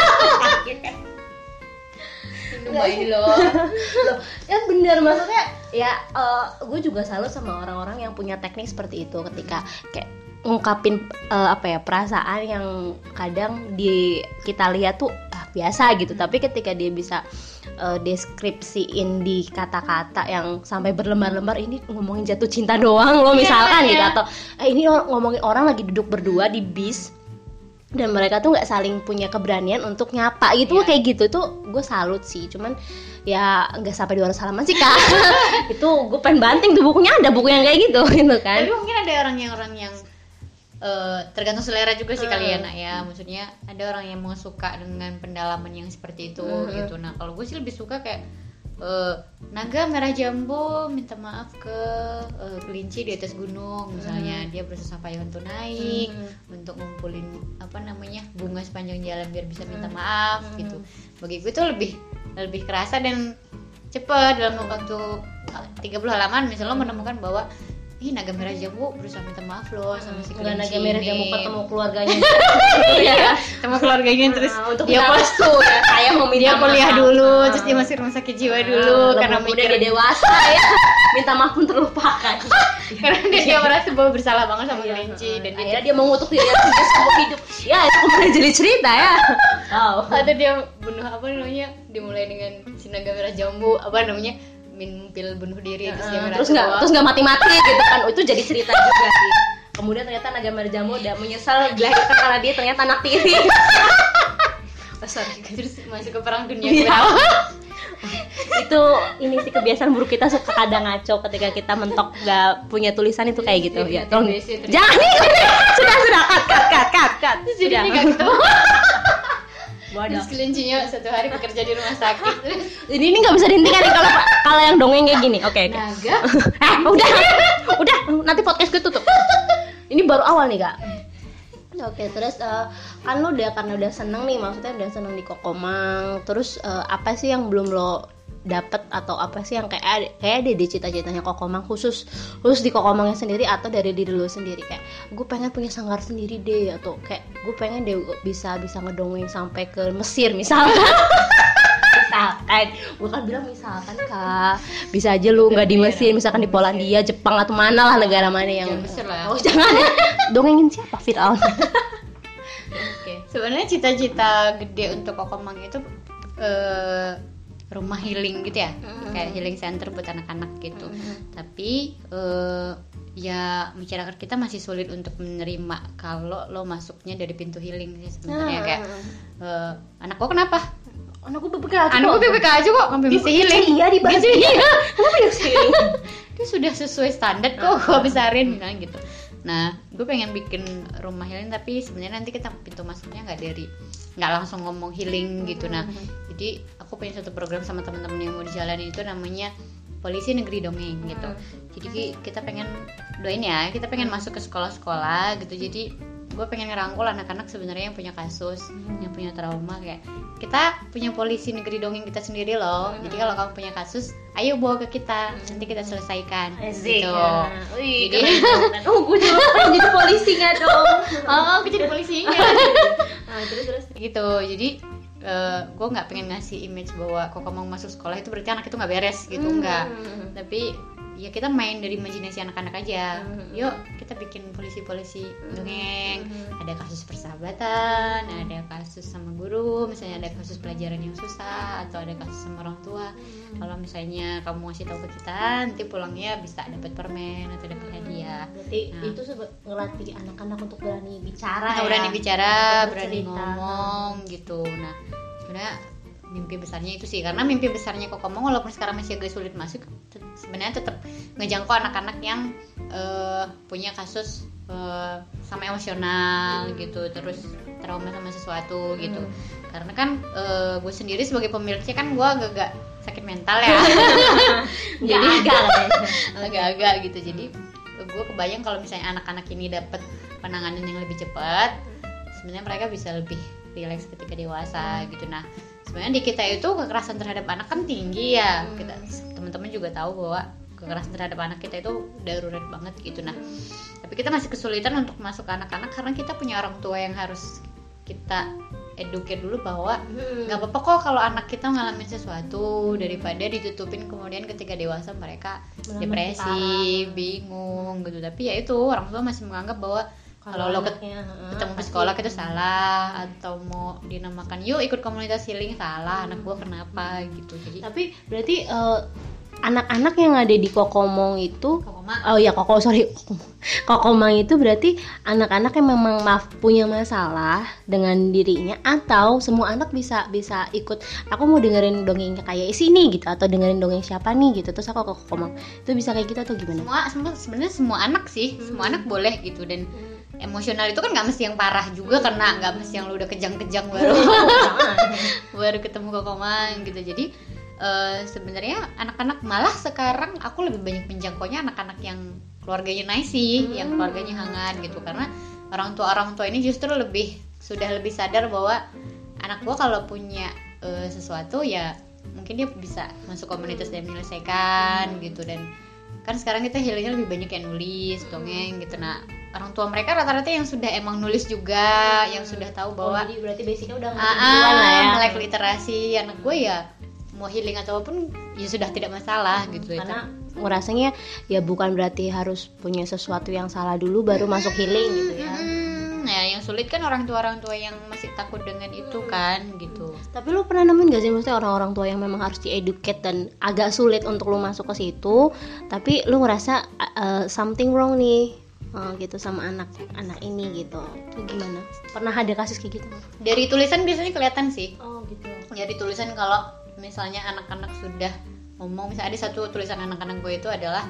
Lumayan loh. Ya bener, maksudnya ya gue juga salut sama orang-orang yang punya teknik seperti itu ketika kayak ngungkapin perasaan yang kadang kita lihat tuh biasa gitu, tapi ketika dia bisa deskripsiin di kata-kata yang sampai berlembar-lembar, ini ngomongin jatuh cinta doang loh misalkan gitu, atau ini ngomongin orang lagi duduk berdua di bis dan mereka tuh nggak saling punya keberanian untuk nyapa gitu. Kayak gitu tuh gue salut sih, cuman ya nggak sampai 200 halaman sih kak. Itu gue pengen banting tuh bukunya, ada buku yang kayak gitu kan. Tapi mungkin ada orang yang tergantung selera juga sih kalian ya. Maksudnya ada orang yang mau suka dengan pendalaman yang seperti itu gitu. Nah kalau gue sih lebih suka kayak naga merah jambu minta maaf ke kelinci di atas gunung misalnya. Dia berusaha payah untuk naik, untuk ngumpulin bunga sepanjang jalan biar bisa minta maaf gitu. Bagi gue tuh lebih kerasa dan cepet dalam waktu 30 halaman misalnya lo menemukan bahwa naga merah jambu berusaha minta maaf loh sama si kelinci. Naga merah jambu ketemu keluarganya. Ketemu keluarganya terus untuk dia restu ya. Saya mau minta dia kuliah dulu, terus dia masih rumah sakit jiwa dulu karena udah dia dewasa ya. Minta maaf pun terlupakan. Karena dia merasa bahwa bersalah banget sama kelinci dan akhirnya dia mengutuk dirinya sendiri seumur hidup. Ya itu kemudian jadi cerita ya. Atau dia bunuh dimulai dengan si naga merah jambu mimpil bunuh diri terus nggak mati-mati gitu kan. Itu jadi cerita juga sih. Kemudian ternyata naga merah jambu udah menyesal dilahirkan karena dia ternyata anak tiri. Terus masuk ke perang dunia kedua. Itu ini sih kebiasaan buruk kita, suka kadang ngaco ketika kita mentok nggak punya tulisan itu kayak gitu ya. Tolong jangan nih. Sudah cut. Jadi nggak ketemu. Terus kelincinya satu hari bekerja di rumah sakit. Ini nggak bisa dihentikan nih kalau yang dongeng kayak gini. Oke. Naga. Udah nanti podcast gue tutup. Ini baru awal nih kak. Oke, terus kan lo karena udah seneng nih, maksudnya udah seneng di Kokomang. Terus apa sih yang belum lo dapet, atau apa sih yang kayak ada di cita-citanya Kokomang, khusus di Kokomangnya sendiri atau dari diri lo sendiri? Kayak gue pengen punya sanggar sendiri deh, atau kayak gue pengen deh bisa ngedongeng sampai ke Mesir misalkan. Misalkan gue kan bilang misalkan kak, bisa aja lu nggak di Mesir, misalkan di Polandia, Jepang atau mana lah, negara mana yang Mesir lah. Oh jangan. Dongengin siapa Fir'aun? Sebenarnya cita-cita gede untuk Kokomang itu rumah healing gitu ya, kayak healing center buat anak-anak gitu. Tapi ya masyarakat kita masih sulit untuk menerima kalau lo masuknya dari pintu healing sih sebenarnya. Kayak anak gue kenapa? Anakku BPK aja kok, sampai bisa healing. Iya dibahas. Kenapa dia healing? Dia sudah sesuai standar kok gue besarin gitu. Nah, gue pengen bikin rumah healing, tapi sebenarnya nanti kita pintu masuknya nggak langsung ngomong healing gitu. Nah, jadi aku punya satu program sama teman-teman yang mau dijalani, itu namanya Polisi Negeri Dongeng gitu. Jadi kita pengen doain ya, kita pengen masuk ke sekolah-sekolah gitu. Jadi gue pengen ngerangkul anak-anak sebenarnya yang punya kasus, yang punya trauma. Kayak kita punya polisi negeri dongeng kita sendiri loh. Jadi kalau kamu punya kasus, ayo bawa ke kita, nanti kita selesaikan. Gitu. Jadi gue juga pengen jadi polisinya dong. Aku jadi polisinya. Terus gitu. Jadi gue nggak pengen ngasih image bahwa kok kamu masuk sekolah itu berarti anak itu nggak beres gitu, enggak. Tapi ya kita main dari imajinasi anak-anak aja. Yuk kita bikin polisi-polisi dongeng. Ada kasus persahabatan, ada kasus sama guru, misalnya ada kasus pelajaran yang susah, atau ada kasus sama orang tua. Kalau misalnya kamu ngasih tahu ke kita, nanti pulangnya bisa dapat permen atau dapat hadiah. Berarti itu ngelatih anak-anak untuk berani bicara. Berani bicara, berani ngomong gitu. Nah sebenarnya mimpi besarnya itu sih, karena mimpi besarnya Kokomang walaupun sekarang masih agak sulit masuk, sebenarnya tetap ngejangkau anak-anak yang punya kasus sama emosional gitu, terus trauma sama sesuatu gitu. karena kan gue sendiri sebagai pemiliknya kan gue agak sakit mental ya. Jadi agak-agak gitu. Jadi gue kebayang kalau misalnya anak-anak ini dapat penanganan yang lebih cepat, sebenarnya mereka bisa lebih rileks ketika dewasa gitu. Nah sebenarnya di kita itu kekerasan terhadap anak kan tinggi ya, kita teman-teman juga tahu bahwa kekerasan terhadap anak kita itu darurat banget gitu. Nah tapi kita masih kesulitan untuk masuk ke anak-anak karena kita punya orang tua yang harus kita educate dulu bahwa nggak apa-apa kok kalau anak kita ngalamin sesuatu, daripada ditutupin kemudian ketika dewasa mereka depresi, bingung gitu. Tapi ya itu orang tua masih menganggap bahwa kalau lo ketemu di sekolah itu salah, atau mau dinamakan yuk ikut komunitas healing salah, anak gua kenapa gitu. Jadi tapi berarti anak-anak yang ada di Kokomang itu Kokomang itu berarti anak-anak yang memang punya masalah dengan dirinya, atau semua anak bisa ikut, aku mau dengerin dongeng kayak sini gitu, atau dengerin dongeng siapa nih gitu, terus aku ke Kokomang, itu bisa kayak gitu atau gimana? Sebenarnya semua anak sih, semua anak boleh gitu. Dan emosional itu kan nggak mesti yang parah juga, karena nggak mesti yang lu udah kejang-kejang baru ketemu Kokomang gitu. Jadi sebenarnya anak-anak, malah sekarang aku lebih banyak menjangkaunya anak-anak yang keluarganya nice sih, yang keluarganya hangat gitu. Karena orang tua ini justru sudah lebih sadar bahwa anak gua kalau punya sesuatu ya mungkin dia bisa masuk komunitas dan menyelesaikan gitu. Dan kan sekarang kita healingnya lebih banyak yang nulis dongeng gitu. Nah orang tua mereka rata-rata yang sudah emang nulis juga, yang sudah tahu bahwa jadi berarti basicnya udah ya, melek literasi. Anak gue ya mau healing atau apapun ya sudah tidak masalah gitu. Karena ngerasanya ya bukan berarti harus punya sesuatu yang salah dulu baru masuk healing gitu ya. Nah yang sulit kan orang tua yang masih takut dengan itu kan gitu. Tapi lu pernah nemuin gak sih maksudnya orang-orang tua yang memang harus di-educate dan agak sulit untuk lu masuk ke situ, tapi lu ngerasa something wrong nih gitu sama anak ini gitu. Itu gimana? Pernah ada kasus kayak gitu? Dari tulisan biasanya kelihatan sih. Oh gitu. Dari tulisan kalau misalnya anak-anak sudah ngomong, misalnya ada satu tulisan anak-anak gue itu adalah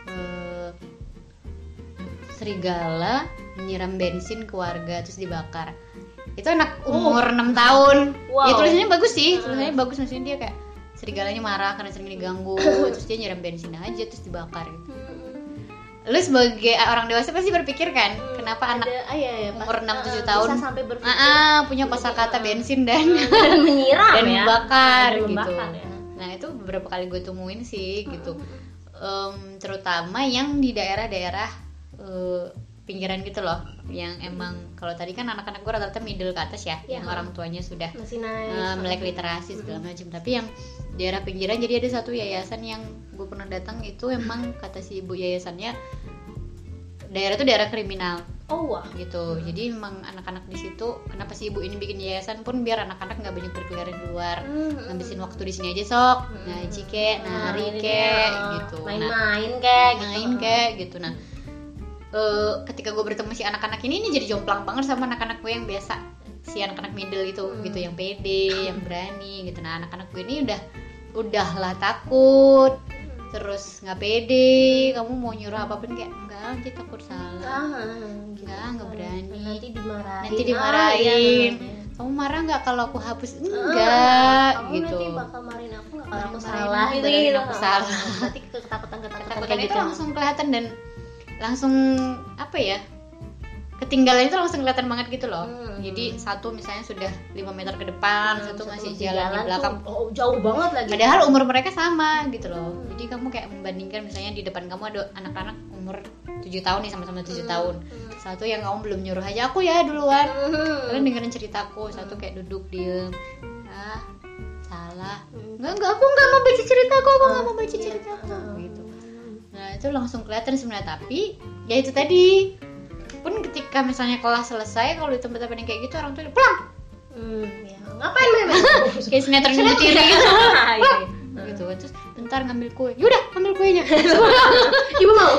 serigala menyiram bensin ke warga terus dibakar. Itu anak umur 6 tahun. Wow. Ya tulisannya bagus sih, tulisannya bagus, maksudnya dia kayak serigalanya marah karena sering diganggu, terus dia nyiram bensin aja terus dibakar gitu. Lu sebagai orang dewasa pasti berpikir kan, kenapa anak umur 6-7 tahun bisa sampai berpikir punya kosakata bensin dan menyiram dan ya, membakar gitu. Membakar, ya. Nah itu beberapa kali gue temuin sih gitu. Terutama yang di daerah-daerah pinggiran gitu loh, yang emang kalau tadi kan anak-anak gue rata-rata middle ke atas ya, yang orang tuanya sudah melek literasi segala macam. Tapi yang daerah pinggiran, jadi ada satu yayasan yang gue pernah datang, itu emang kata si ibu yayasannya daerah itu daerah kriminal. Oh wah gitu. Jadi memang anak-anak di situ, kenapa si ibu ini bikin yayasan pun biar anak-anak nggak banyak berkeliaran di luar, ngabisin waktu di sini aja sok, ngaji kek, nari kek, gitu, main kek gitu. Nah ketika gue bertemu si anak-anak ini jadi jomplang banget sama anak-anak gue yang biasa, si anak-anak middle itu gitu, yang pede, yang berani gitu. Nah anak-anak gue ini udahlah takut, terus nggak pede, kamu mau nyuruh apapun kayak enggak, dia takut salah, nggak berani, nanti dimarahin. Kamu marah nggak kalau aku hapus? Enggak, kamu gitu. Nanti bakal marahin aku nggak kalau aku salah gitu. Aku salah. Nanti ketakutan itu gitu. Langsung kelihatan dan langsung apa ya, ketinggalan itu langsung kelihatan banget gitu loh. Jadi satu misalnya sudah 5 meter ke depan, satu masih jalan di belakang tuh, jauh banget lagi. Padahal umur mereka sama gitu loh. Jadi kamu kayak membandingkan, misalnya di depan kamu ada anak-anak umur 7 tahun nih, sama-sama 7 tahun. Satu yang kamu belum nyuruh aja, aku ya duluan, kalian dengerin ceritaku. Satu kayak duduk diem, salah, enggak, aku nggak mau baca ceritaku, gitu. Nah itu langsung kelihatan sebenarnya. Tapi ya itu tadi, pun ketika misalnya kelas selesai, kalau di tempat-tempat yang kayak gitu orang tuh pulang, ya, ngapain main kayak sinetron gitu gitu. Terus bentar ngambil kue, yaudah ambil kuenya. Ibu mau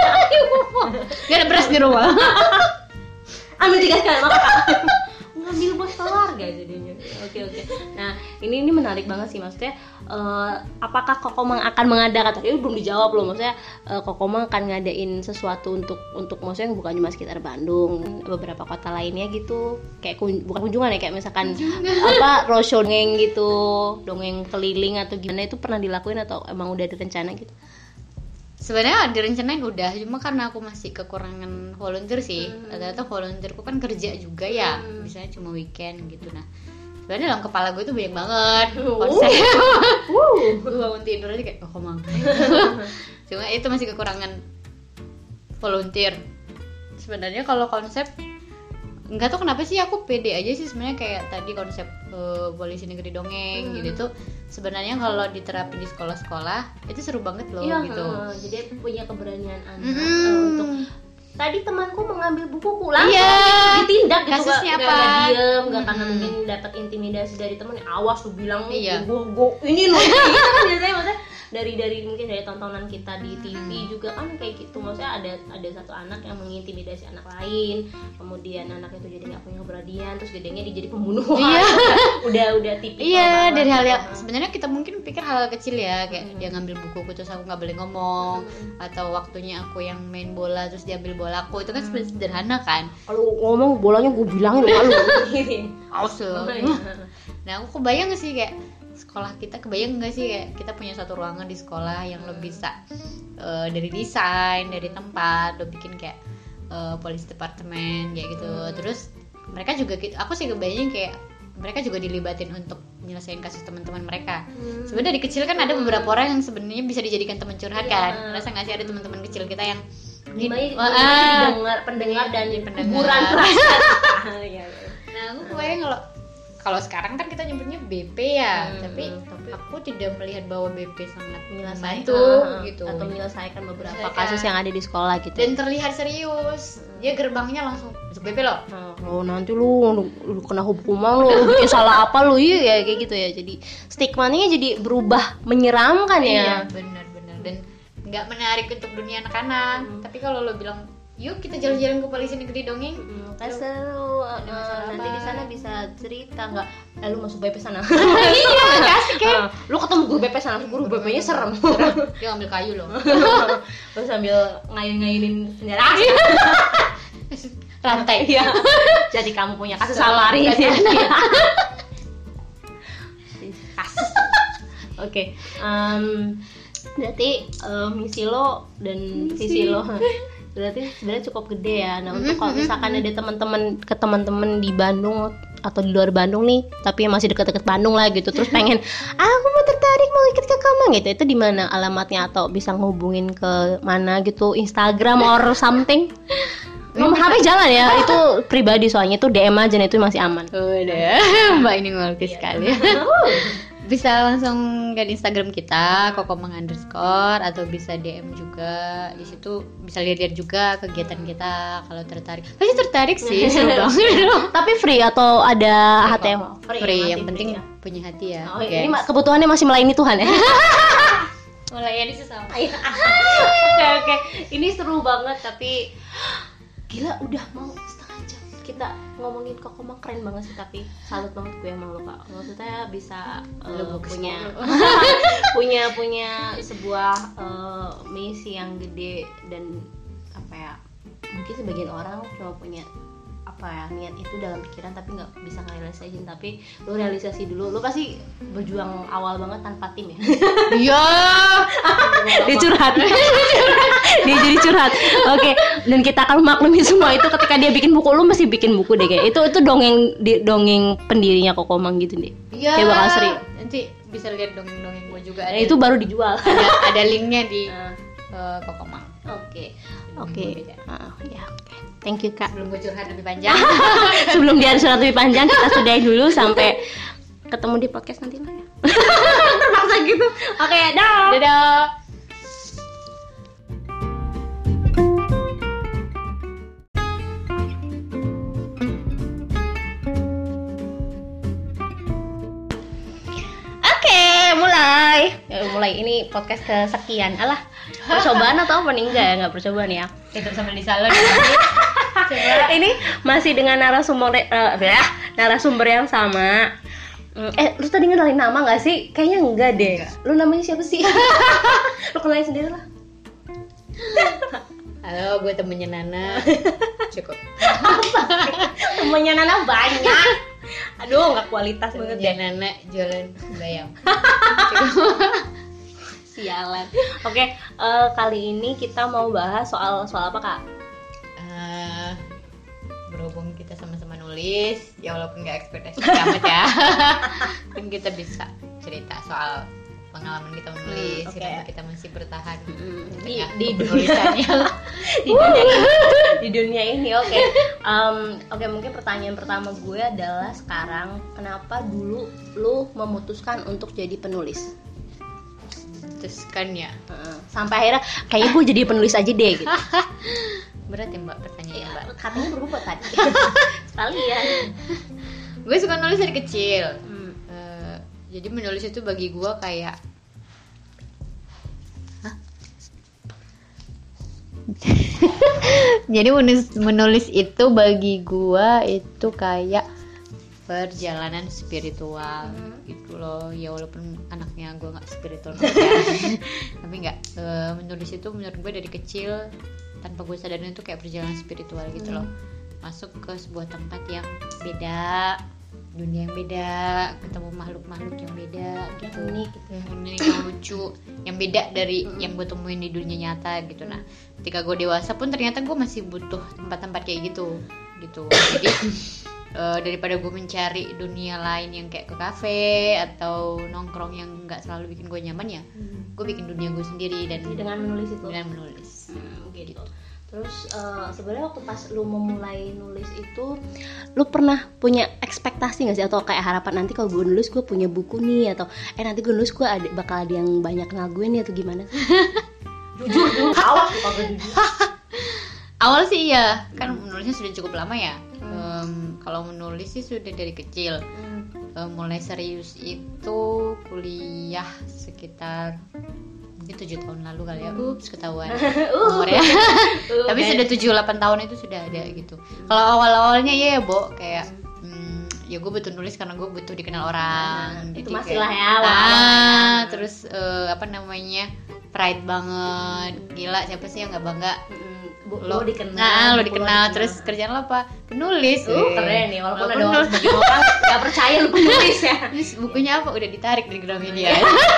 gak ada beras di rumah. Ambil 3 sekali, makan. Ngambil buat keluarga jadinya. Oke. Nah, ini menarik banget sih, maksudnya apakah Kokomang akan mengadakan, tadi belum dijawab loh, maksudnya Kokomang akan ngadain sesuatu untuk maksudnya bukan cuma sekitar Bandung, beberapa kota lainnya gitu, kayak bukan kunjungan ya, kayak misalkan roadshow dongeng gitu, dongeng keliling atau gimana, itu pernah dilakuin atau emang udah ada rencana gitu? Sebenarnya direncanain udah, cuma karena aku masih kekurangan volunteer sih. Ternyata volunteerku kan kerja juga ya, misalnya cuma weekend gitu. Nah, sebenarnya dalam kepala gue tuh banyak banget konsep. Gue bangun tidur aja kayak Kokomang. Cuma itu masih kekurangan volunteer. Sebenarnya kalau konsep, nggak tahu kenapa sih aku pede aja sih sebenarnya, kayak tadi konsep polisi negeri dongeng gitu tuh sebenarnya kalau diterapin di sekolah-sekolah itu seru banget loh gitu. Jadi punya keberanian anak untuk tadi temanku mengambil bukuku langsung ditindak gitu, kasusnya nggak diem, nggak karena mungkin dapat intimidasi dari temen, awas lu bilang gue ini loh gitu kan biasanya, maksudnya dari mungkin dari tontonan kita di TV juga kan kayak gitu, maksudnya ada satu anak yang mengintimidasi anak lain, kemudian anak itu jadi nggak punya keberanian, terus gedenya dia jadi pembunuh. udah tipikal dari hal yang sebenarnya kita mungkin pikir hal kecil ya, kayak dia ngambil bukuku terus aku nggak boleh ngomong, atau waktunya aku yang main bola terus dia ambil bolaku, itu kan sederhana kan. Kalau ngomong bolanya gue bilangin lo awas loh. Nah aku kebayang sih kayak sekolah kita, kebayang nggak sih kayak kita punya satu ruangan di sekolah yang lo bisa dari desain, dari tempat lo bikin kayak police department kayak gitu. Terus mereka juga gitu, aku sih kebayang kayak mereka juga dilibatin untuk nyelesain kasus teman-teman mereka. Sebenarnya dari kecil kan ada beberapa orang yang sebenarnya bisa dijadikan teman curhat kan. Rasa nggak sih ada teman-teman kecil kita yang pendengar dan hiburan perasaan. Nah aku kebayang kalau sekarang kan kita nyebutnya BP ya, tapi aku tidak melihat bahwa BP sangat membantu gitu atau menyelesaikan beberapa kasus yang ada di sekolah gitu. Dan terlihat serius. Dia gerbangnya langsung masuk BP loh. Nah, nanti lu kena hukuman lu bikin salah apa lu ya kayak gitu ya. Jadi stigmanya jadi berubah menyeramkan ya. Iya, benar. Dan nggak menarik untuk dunia anak-anak. Tapi kalau lo bilang yuk kita jalan-jalan ke polisi negeri dongeng, kan seru. Nanti di sana bisa cerita nggak? Lu masuk BP sana. Iya, kasih kan. Lu ketemu guru BP sana, guru BP-nya serem. Dia ambil kayu loh. Lu sambil ngayin-ngayinin penjara. Rantai. Iya. Jadi kamu punya kasus salari. Kasus. Oke. Berarti misi lo dan visi lo berarti sebenarnya cukup gede ya. Nah untuk kalau misalkan ada teman-teman di Bandung atau di luar Bandung nih, tapi yang masih dekat-dekat Bandung lah gitu, terus pengen aku mau tertarik mau ikut ke Kokomang gitu, itu di mana alamatnya atau bisa ngehubungin ke mana gitu, Instagram or something? Nomor HP jalan ya, itu pribadi soalnya itu DM aja, itu masih aman. Udah, Mbak ini ngerti sekali. Bisa langsung ke Instagram kita Kokomang _ atau bisa DM juga di situ, bisa lihat juga kegiatan kita kalau tertarik. Pasti tertarik sih, seru banget. Tapi free atau ada HTM? Free, yang penting punya hati ya. Ini kebutuhannya masih melayani Tuhan ya. Melayani sesama. Oke. Ini seru banget, tapi gila udah mau setengah jam kita ngomongin Kokomang, keren banget sih, tapi salut banget gue sama lo Kak. Maksudnya bisa punya sebuah misi yang gede, dan apa ya, mungkin sebagian orang cuma punya niat itu dalam pikiran tapi nggak bisa ngerealisasiin, tapi lo realisasi dulu. Lo pasti berjuang awal banget tanpa tim ya. Iya. Dia curhat. Dia jadi curhat. Oke. Dan kita akan maklumi semua itu ketika dia bikin buku. Lo masih bikin buku deh kayak itu dongeng pendirinya Kokomang gitu deh. Iya. Kayak bakal seri. Nanti bisa lihat dongeng-dongeng gue juga. Nah, itu baru dijual. Ada linknya di Kokomang. Oke. Ya. Thank you Kak. Sebelum gue curhat lebih panjang. Sebelum dia curhat lebih panjang, kita sudahi dulu sampai ketemu di podcast nanti lah ya. Terpaksa gitu. Oke, dadah. Mulai ini podcast kesekian. Alah, percobaan atau apa nih? Enggak percobaan ya. Tetap sambil di salon. Coba. Ini masih dengan narasumber yang sama. Lu tadi ngenalin nama nggak sih? Kayaknya enggak deh. Enggak. Lu namanya siapa sih? Lu kenalin sendiri lah. Halo, gue temennya Nana. Cukup. Temennya Nana banyak. Aduh, nggak kualitas banget Temennya deh. Nana jualan bayam. Sialan. Oke, kali ini kita mau bahas soal apa kak? Berhubung kita sama-sama nulis, ya walaupun nggak ekspektasi amat ya, kan kita bisa cerita soal pengalaman kita menulis, Oke. kenapa kita masih bertahan Di di dunia penulisannya. di dunia ini. Oke, mungkin pertanyaan pertama gue adalah sekarang, kenapa dulu lu memutuskan untuk jadi penulis? Terus kan ya, Sampai akhirnya kayaknya gue jadi penulis aja deh gitu. berat ya mbak pertanyaannya mbak. Katanya berbobot tadi. Sekalian. Gue suka nulis dari kecil. Jadi menulis itu bagi gue kayak jadi menulis itu bagi gue itu kayak perjalanan spiritual gitu loh. Ya walaupun anaknya gue nggak spiritual banget ya. Tapi nggak, menulis itu menurut gue dari kecil tanpa gue sadarin itu kayak perjalanan spiritual gitu loh. Masuk ke sebuah tempat yang beda, dunia yang beda, ketemu makhluk-makhluk yang beda gitu, yang unik, yang lucu, yang beda dari yang gue temuin di dunia nyata gitu. Nah, ketika gue dewasa pun ternyata gue masih butuh tempat-tempat kayak gitu. Jadi daripada gue mencari dunia lain yang kayak ke kafe atau nongkrong yang nggak selalu bikin gue nyaman ya, gue bikin dunia gue sendiri dan Dengan menulis itu. dengan menulis. Gitu. Terus sebenarnya waktu pas lu memulai nulis itu, lu pernah punya ekspektasi nggak sih, atau kayak harapan nanti kalau gue nulis gue punya buku nih, atau nanti gue nulis gue bakal ada yang banyak kenal gue nih, atau gimana sih? Jujur awal kalau gue jujur. Awal sih iya, kan menulisnya sudah cukup lama ya. Kalau menulis sih sudah dari kecil. Mulai serius itu kuliah sekitar mungkin 7 tahun lalu kali ya. Ketahuan umurnya. Tapi sudah 7-8 tahun itu sudah ada gitu. Kalau awal-awalnya ya Bo, kayak ya gue butuh nulis karena gue butuh dikenal orang. Itu Jadi masih kayak, lah ya awal-awal. terus pride banget. Gila, siapa sih yang nggak bangga Lo dikenal, lo dikenal, terus kerjaan lo apa? Penulis. Keren nih, walaupun ada orang sebagian orang nggak percaya lu penulis ya. Terus bukunya apa? Udah ditarik dari Gramedia.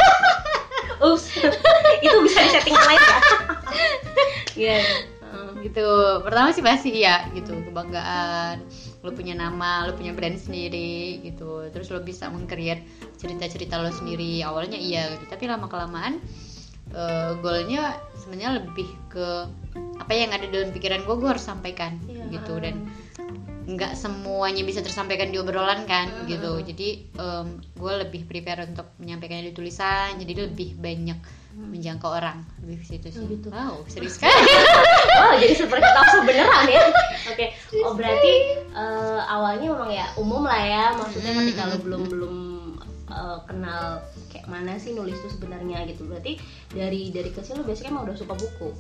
Itu bisa di setting lain kan? Iya. Gitu. Pertama sih pasti ya gitu, kebanggaan. Lo punya nama, lo punya brand sendiri gitu. Terus lo bisa meng-create cerita-cerita lo sendiri. Awalnya iya gitu, tapi lama-kelamaan goalnya sebenarnya lebih ke apa yang ada dalam pikiran gue harus sampaikan gitu, dan nggak semuanya bisa tersampaikan di obrolan kan gitu. Jadi gue lebih prepare untuk menyampaikannya di tulisan, jadi lebih banyak menjangkau orang, lebih ke situ sih. Gitu. Wow, serius kan? Oh, jadi seperti tahu beneran ya. Oke. Oh, berarti awalnya memang ya umum lah ya, maksudnya ketika lo belum kenal kayak mana sih nulis itu sebenarnya gitu. Berarti dari kecil lo biasanya emang udah suka buku.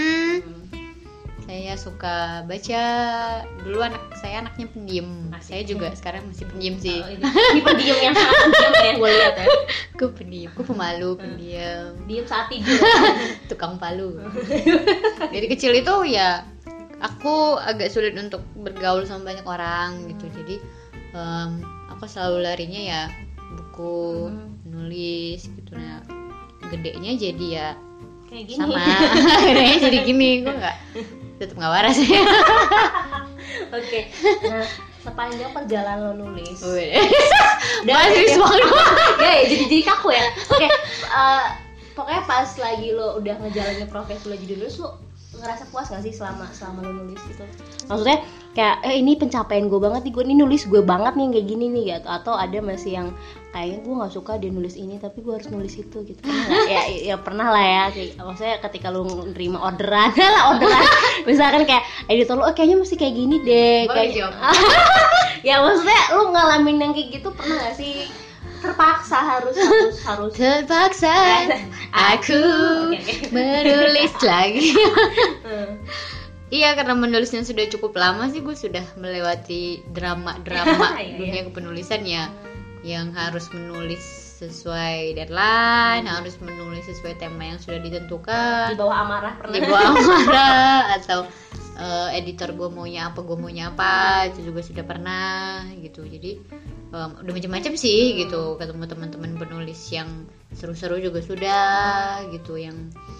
Saya suka baca. Dulu saya anaknya pendiam. Saya juga sekarang masih pendiam sih. Ini pendiam yang sangat pendiam ya, gue lihat ya. Gue pendiam, gue pemalu, pendiam, Diam saat tidur. tukang palu. Dari kecil itu ya aku agak sulit untuk bergaul sama banyak orang gitu. Jadi aku selalu larinya ya buku, nulis gitu. Nah, gedenya jadi ya Kayak gini. sama. Gedenya jadi gini, gue tetap nggak waras ya. Oke. Nah, sepanjang perjalanan lo nulis. Masih banget. Ya, jadi kaku ya. Oke. Pokoknya pas lagi lo udah ngejalanin profesi lo jadi nulis, lo ngerasa puas gak sih selama lo nulis gitu? Maksudnya kayak ini pencapaian gue banget nih, gue nih nulis gue banget nih kayak gini nih gitu. Atau ada masih yang kayaknya gue nggak suka dia nulis ini tapi gue harus nulis itu gitu. Pernah gak? Ya pernah lah ya. Maksudnya ketika lo nerima orderan misalkan kayak editor lo kayaknya mesti kayak gini deh. Ya maksudnya lo ngalamin yang kayak gitu pernah gak sih? Terpaksa harus Terpaksa aku menulis lagi. Iya, karena menulisnya sudah cukup lama sih, gue sudah melewati drama dunia kepenulisan ya. yang harus menulis sesuai deadline, harus menulis sesuai tema yang sudah ditentukan, Di bawah amarah pernah. di bawah amarah, atau editor gue maunya apa, itu juga sudah pernah gitu. Jadi udah macam-macam sih gitu, ketemu teman-teman penulis yang seru-seru juga sudah gitu, yang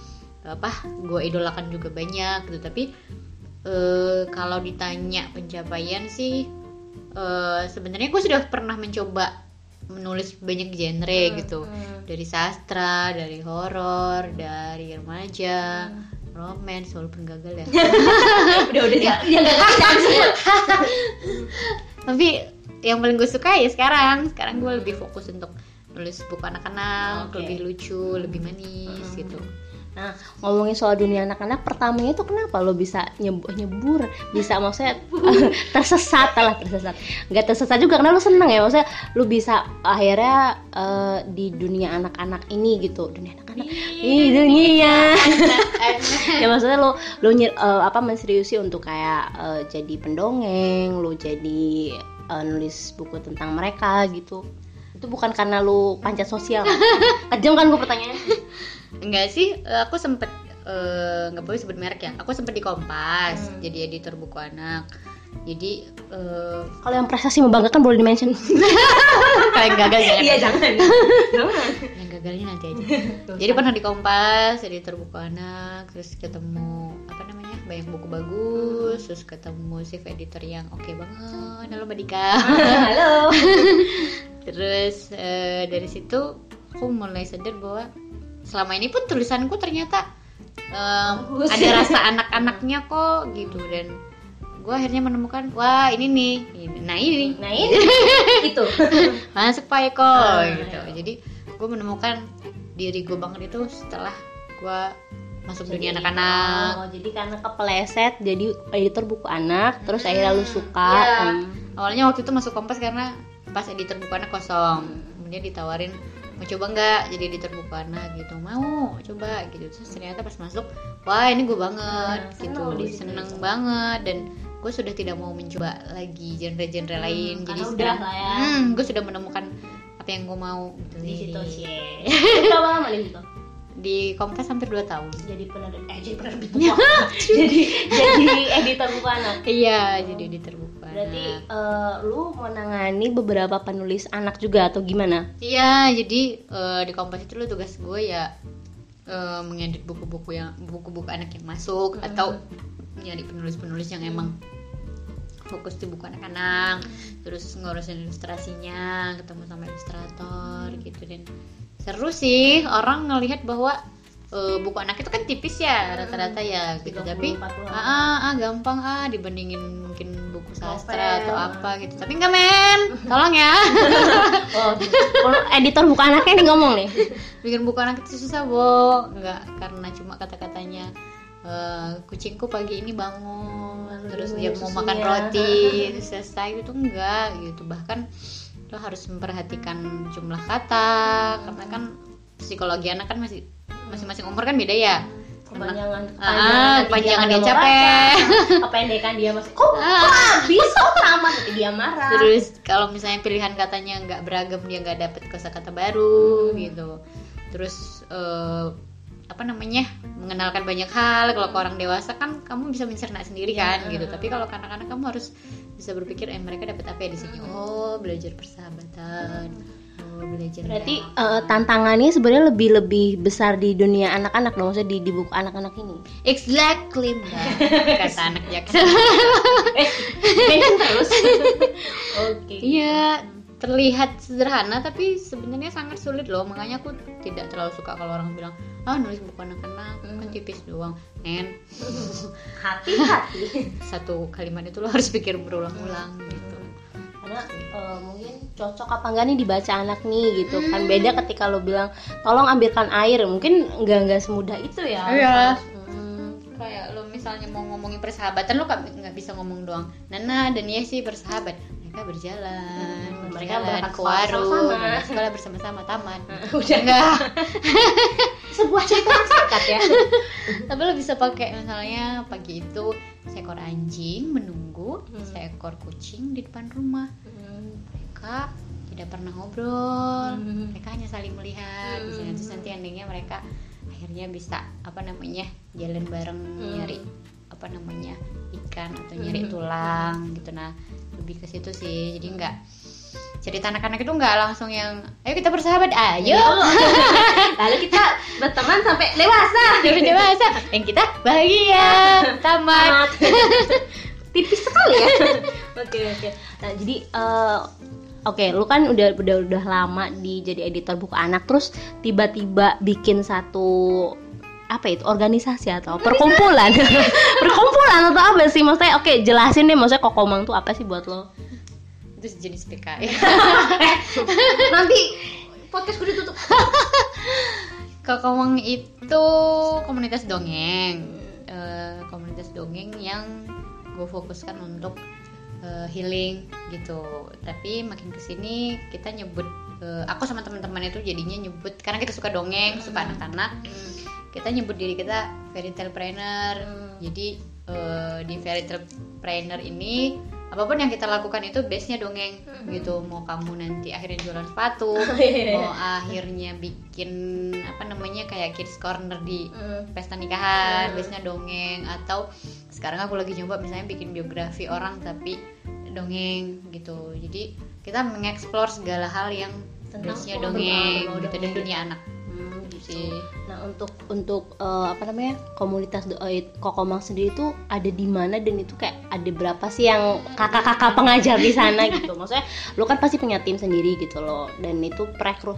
gue idolakan juga banyak gitu. Tapi kalau ditanya pencapaian sih, sebenarnya gue sudah pernah mencoba menulis banyak genre gitu, dari sastra, dari horor, dari remaja, romance, walaupun gagal ya. udah ya nggak bisa. Tapi yang paling gue suka ya sekarang gue lebih fokus untuk nulis buku anak-anak, lebih lucu, lebih manis gitu. Nah, ngomongin soal dunia anak-anak, pertamanya itu kenapa lo bisa nyebur, bisa maksudnya tersesat. Nggak tersesat juga karena lo seneng ya, maksudnya lo bisa akhirnya di dunia anak-anak ini gitu, dunia anak-anak, dunia. Ya maksudnya lo menseriusi untuk kayak jadi pendongeng, lo jadi nulis buku tentang mereka gitu. Itu bukan karena lo panjat sosial kan? Kejam kan gue pertanyaannya. Enggak sih, aku sempet nggak boleh sebut merek ya. Aku sempet di Kompas jadi editor buku anak. Jadi kalau yang prestasi membanggakan boleh di-mention. Kalau yang gagal jangan. Iya jangan. Yang gagalnya nanti aja. Jadi pernah di Kompas editor buku anak, terus ketemu banyak buku bagus, terus ketemu chief editor yang oke banget. Halo Mbak Dika. Halo. Terus dari situ aku mulai sadar bahwa selama ini pun tulisanku ternyata ada rasa anak-anaknya kok gitu, dan gue akhirnya menemukan wah ini nih, nah ini itu masuk Pak Eko gitu. Jadi gue menemukan diri gue banget itu setelah gue masuk dunia anak-anak. Jadi karena kepeleset jadi editor buku anak, terus akhirnya lu suka. Awalnya waktu itu masuk Kompas karena pas editor buku anak kosong, kemudian ditawarin mau coba nggak jadi editor buku anak gitu, mau coba gitu. Terus ternyata pas masuk wah ini gue banget seneng banget, dan gue sudah tidak mau mencoba lagi genre-genre lain. Jadi gue sudah menemukan apa yang gue mau gitu. Di situ sih. Berapa lama di situ? Di Kompas hampir 2 tahun. Jadi penerbit buku anak. jadi editor buku anak. Iya, jadi editor buku anak. Berarti lu menangani beberapa penulis anak juga atau gimana? Iya, jadi di Kompas itu tugas gue ya mengedit buku-buku anak yang masuk, atau nyari penulis-penulis yang emang fokus di buku anak-anak, terus ngurusin ilustrasinya, ketemu sama ilustrator gitu. Dan seru sih, orang ngelihat bahwa buku anak itu kan tipis ya rata-rata ya gitu, 30, tapi gampang dibandingin mungkin buku sastra atau apa gitu. Tapi enggak men, tolong ya. Editor buku anaknya nih ngomong nih, bikin buku anak itu susah Bo, enggak karena cuma kata-katanya kucingku pagi ini bangun, terus dia mau makan roti, selesai gitu, enggak gitu. Bahkan lo harus memperhatikan jumlah kata, karena kan psikologi anak kan masing-masing umur kan beda ya. Kepanjangan dia capek, kependekan dia masih kok habis kok tamat, nanti dia marah. Terus kalau misalnya pilihan katanya nggak beragam, dia nggak dapet kosakata baru gitu. Terus mengenalkan banyak hal. Kalau ke orang dewasa kan kamu bisa mencerna sendiri kan gitu, tapi kalau ke anak-anak kamu harus bisa berpikir mereka dapat apa ya di sini. Belajar persahabatan, belajar. Berarti tantangannya sebenarnya lebih besar di dunia anak-anak dong, maksudnya di buku anak-anak ini. Exactly, Mbak. Kata anak Jackson. Terus. Oke. Iya, terlihat sederhana tapi sebenarnya sangat sulit loh. Makanya aku tidak terlalu suka kalau orang bilang nulis buku anak-anak kan tipis doang. Hati-hati. Satu kalimat itu lo harus pikir berulang-ulang gitu. Karena mungkin cocok apa enggak nih dibaca anak nih gitu kan. Beda ketika lo bilang tolong ambilkan air, mungkin enggak semudah itu ya. Iya. Kayak lo misalnya mau ngomongin persahabatan, lo nggak bisa ngomong doang Nana dan Yesi bersahabat. Mereka berjalan, mereka berangkat ke warung, sekolah bersama-sama, taman. Udah enggak. Sebuah cerita singkat ya. Tapi lo bisa pakai misalnya pagi itu seekor anjing menunggu seekor kucing di depan rumah. Mereka tidak pernah ngobrol, mereka hanya saling melihat, misalnya terus nanti endingnya mereka akhirnya bisa jalan bareng nyari ikan atau nyari tulang gitu. Nah lebih ke situ sih, jadi nggak cerita anak-anak itu nggak langsung yang ayo kita bersahabat ayo lalu kita berteman sampai dewasa dan kita bahagia tamat. Tipis sekali ya. Oke. Nah jadi oke, lu kan udah lama jadi editor buku anak, terus tiba-tiba bikin satu organisasi atau perkumpulan perkumpulan atau apa sih maksudnya? Oke, jelasin deh maksudnya Kokomang tuh apa sih buat lo? Itu sejenis PKI. Nanti podcast gue ditutup. Kokomang itu komunitas dongeng, yang gue fokuskan untuk healing gitu. Tapi makin kesini kita nyebut, aku sama teman-teman itu jadinya nyebut, karena kita suka dongeng, suka anak-anak, kita nyebut diri kita fairy tale planner. Jadi di fairy tale planner ini apapun yang kita lakukan itu base-nya dongeng gitu. Mau kamu nanti akhirnya jualan sepatu, mau akhirnya bikin kayak kids corner di pesta nikahan, base-nya dongeng. Atau sekarang aku lagi nyoba misalnya bikin biografi orang tapi dongeng gitu. Jadi kita mengeksplor segala hal yang base-nya dongeng gitu, dan dunia anak gitu sih. Nah untuk komunitas Kokomang sendiri itu ada di mana, dan itu kayak ada berapa sih yang kakak-kakak pengajar di sana gitu? Maksudnya lu kan pasti punya tim sendiri gitu loh, dan itu perekrut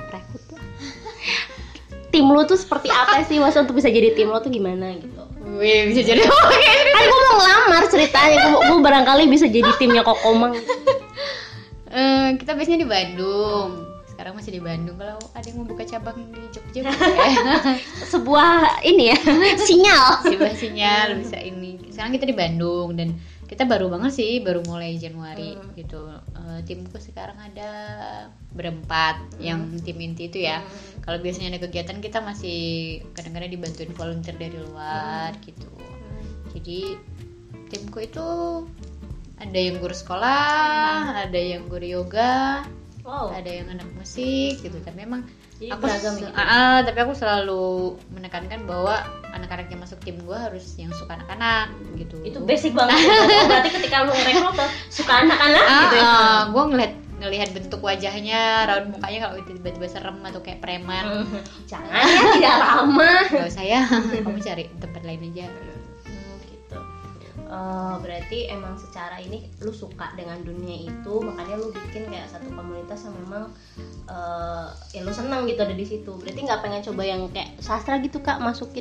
tim lu tuh seperti apa sih? Maksudnya untuk bisa jadi tim lu tuh gimana gitu? Wih, bisa jadi kan gue mau ngelamar ceritanya, gue barangkali bisa jadi timnya Kokomang. Kita biasanya di Bandung. Sekarang masih di Bandung. Kalau ada yang mau buka cabang di Jogja sebuah ini ya sinyal bisa ini. Sekarang kita di Bandung dan kita baru banget sih, baru mulai Januari gitu. Timku sekarang ada berempat, yang tim inti itu ya. Kalau biasanya ada kegiatan kita masih kadang-kadang dibantuin volunteer dari luar gitu. Jadi timku itu ada yang guru sekolah, ada yang guru yoga, ada yang anak musik gitu. Tapi memang jadi aku beragam gitu. Tapi aku selalu menekankan bahwa anak-anak yang masuk tim gue harus yang suka anak-anak gitu. Itu basic banget. Berarti ketika lu ngerekrut suka anak-anak gitu ya. Gue ngelihat bentuk wajahnya, raut mukanya, kalau tiba-tiba serem atau kayak preman. Jangan ya, tidak ramah. Gak usah ya, kamu cari tempat lain aja. Gitu. Berarti emang secara ini lu suka dengan dunia itu, makanya lu bikin kayak satu komunitas yang memang ya lu senang gitu ada di situ. Berarti nggak pengen coba yang kayak sastra gitu Kak, masukin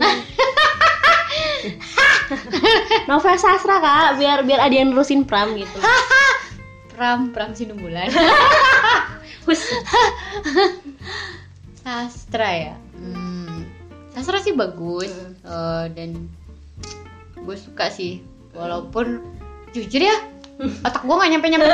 novel sastra Kak, biar ada yang nerusin Pram gitu. Pram Sinumbulan. Sastra ya. Sastra sih bagus, dan gue suka sih. Walaupun jujur ya, otak gue nggak nyampe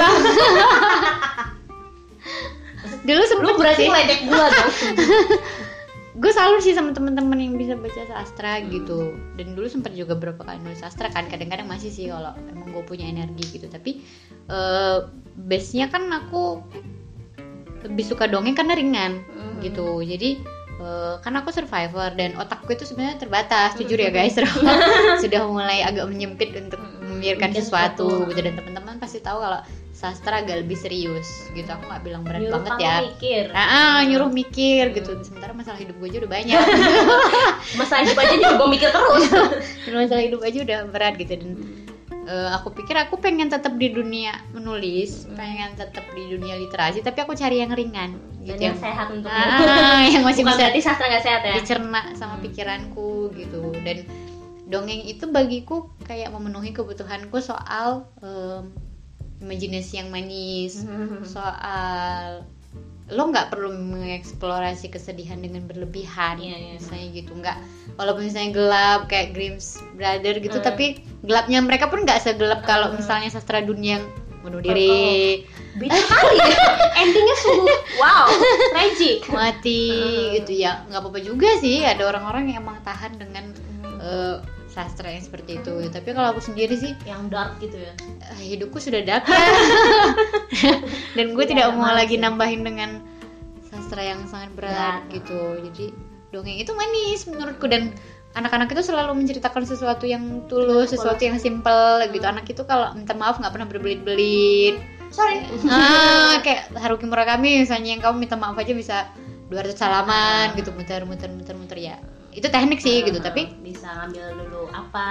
dulu sempet. Lu berarti ledek gue dong. Gue salut sih sama teman-teman yang bisa baca sastra gitu. Dan dulu sempet juga berapa kali nulis sastra kan. Kadang-kadang masih sih kalau emang gue punya energi gitu. Tapi base-nya kan aku lebih suka dongeng karena ringan gitu. Jadi kan aku survivor dan otakku itu sebenarnya terbatas, jujur ya guys. Sudah mulai agak menyempit untuk memikirkan sesuatu gitu. Dan teman-teman pasti tahu kalau sastra agak lebih serius gitu. Aku nggak bilang berat nyuruh banget ya. Nyuruh mikir gitu. Sementara masalah hidup gue aja udah banyak. Masalah hidup aja juga gue mikir terus. Masalah hidup aja udah berat gitu. Dan aku pikir aku pengen tetap di dunia menulis, pengen tetap di dunia literasi, tapi aku cari yang ringan gitu, yang sehat untuk yang masih bukan bisa berarti sastra nggak sehat ya, dicerna sama pikiranku gitu. Dan dongeng itu bagiku kayak memenuhi kebutuhanku soal imajinasi yang manis, soal lo nggak perlu mengeksplorasi kesedihan dengan berlebihan, misalnya gitu. Nggak, walaupun misalnya gelap kayak Grimm's Brother gitu, tapi gelapnya mereka pun nggak segelap kalau misalnya sastra dunia yang bunuh diri. Beda kali ya. Endingnya sungguh wow, tragic, mati gitu ya. Nggak apa-apa juga sih, ada orang-orang yang emang tahan dengan sastra yang seperti itu. Tapi kalau aku sendiri sih yang dark gitu ya. Hidupku sudah dark ya. Dan gue tidak mau lagi nambahin dengan sastra yang sangat berat gitu. Jadi dongeng itu manis menurutku, dan anak-anak itu selalu menceritakan sesuatu yang tulus, sesuatu yang simple gitu. Anak itu kalau minta maaf nggak pernah berbelit-belit. Sorry. Kayak Haruki Murakami misalnya, yang kamu minta maaf aja bisa 200 salaman gitu, muter ya. Itu teknik sih gitu, tapi bisa ngambil dulu apa,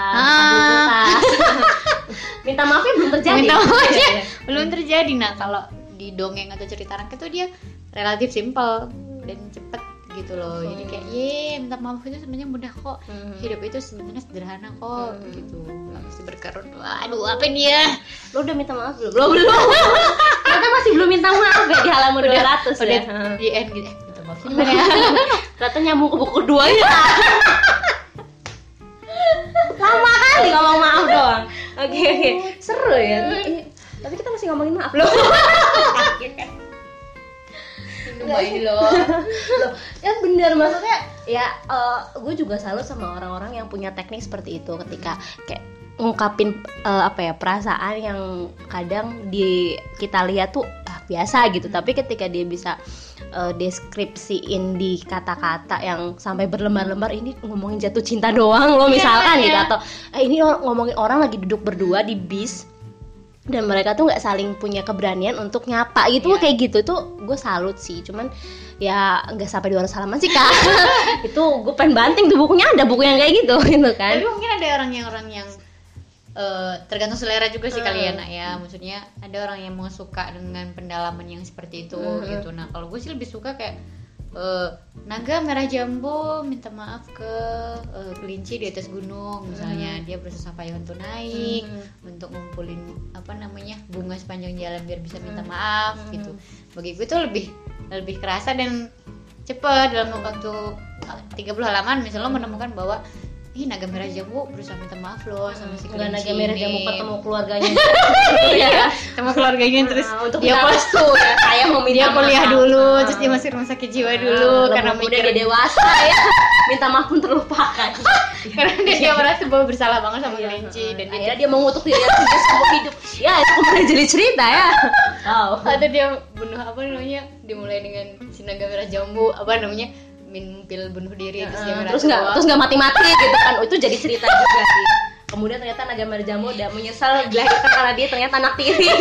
minta maafnya belum terjadi. Belum terjadi. Nah, kalau di dongeng atau cerita anak itu dia relatif simple dan cepet gitu loh. Jadi kayak minta maaf itu sebenarnya mudah kok. Hidup itu sebenarnya sederhana kok gitu. Nggak mesti berkerut. Waduh, apa dia? Lo udah minta maaf belum? Belum. Ternyata masih belum minta maaf ya, di halaman 200 ya. Di end gitu. Minta maaf sih ya. Ternyata nyambung ke buku kedua ya. Lama kali ngomong maaf doang. Oke. Seru ya. Tapi kita masih ngomongin maaf loh. Lumayan loh. Ya bener, maksudnya ya gue juga salut sama orang-orang yang punya teknik seperti itu ketika kayak ngungkapin perasaan yang kadang kita lihat tuh biasa gitu, tapi ketika dia bisa deskripsiin di kata-kata yang sampai berlembar-lembar, ini ngomongin jatuh cinta doang loh misalkan gitu, atau ini ngomongin orang lagi duduk berdua di bis dan mereka tuh nggak saling punya keberanian untuk nyapa gitu, kayak gitu tuh gue salut sih. Cuman ya nggak sampai 200 halaman sih kak. Itu gue pengen banting tuh bukunya, ada buku yang kayak gitu kan. Tapi mungkin ada orang yang tergantung selera juga sih kalian ya. Maksudnya ada orang yang mau suka dengan pendalaman yang seperti itu gitu. Nah kalau gue sih lebih suka kayak naga merah jambu minta maaf ke kelinci di atas gunung misalnya. Dia berusaha payah untuk naik, untuk ngumpulin bunga sepanjang jalan biar bisa minta maaf gitu. Bagi gue tuh lebih kerasa dan cepet dalam waktu 30 halaman. Misalnya lo menemukan bahwa naga merah jambu berusaha minta maaf loh sama si kelinci. Naga merah jambu ketemu keluarganya. Iya, sama keluarganya terus untuk dia restu ya. Saya mau minta dia kuliah dulu, terus dia masih rumah sakit jiwa dulu karena udah dia dewasa ya. Minta maaf pun terlupakan. Karena dia merasa bahwa bersalah banget sama kelinci dan dia mengutuk dirinya sendiri seumur hidup. Ya, itu kemudian jadi cerita ya. Atau dia bunuh dimulai dengan si naga merah jambu mimpil bunuh diri terus nggak mati-mati gitu kan. Itu jadi cerita juga sih. Kemudian ternyata naga merah jambu udah menyesal dilahirkan karena dia ternyata anak tiri.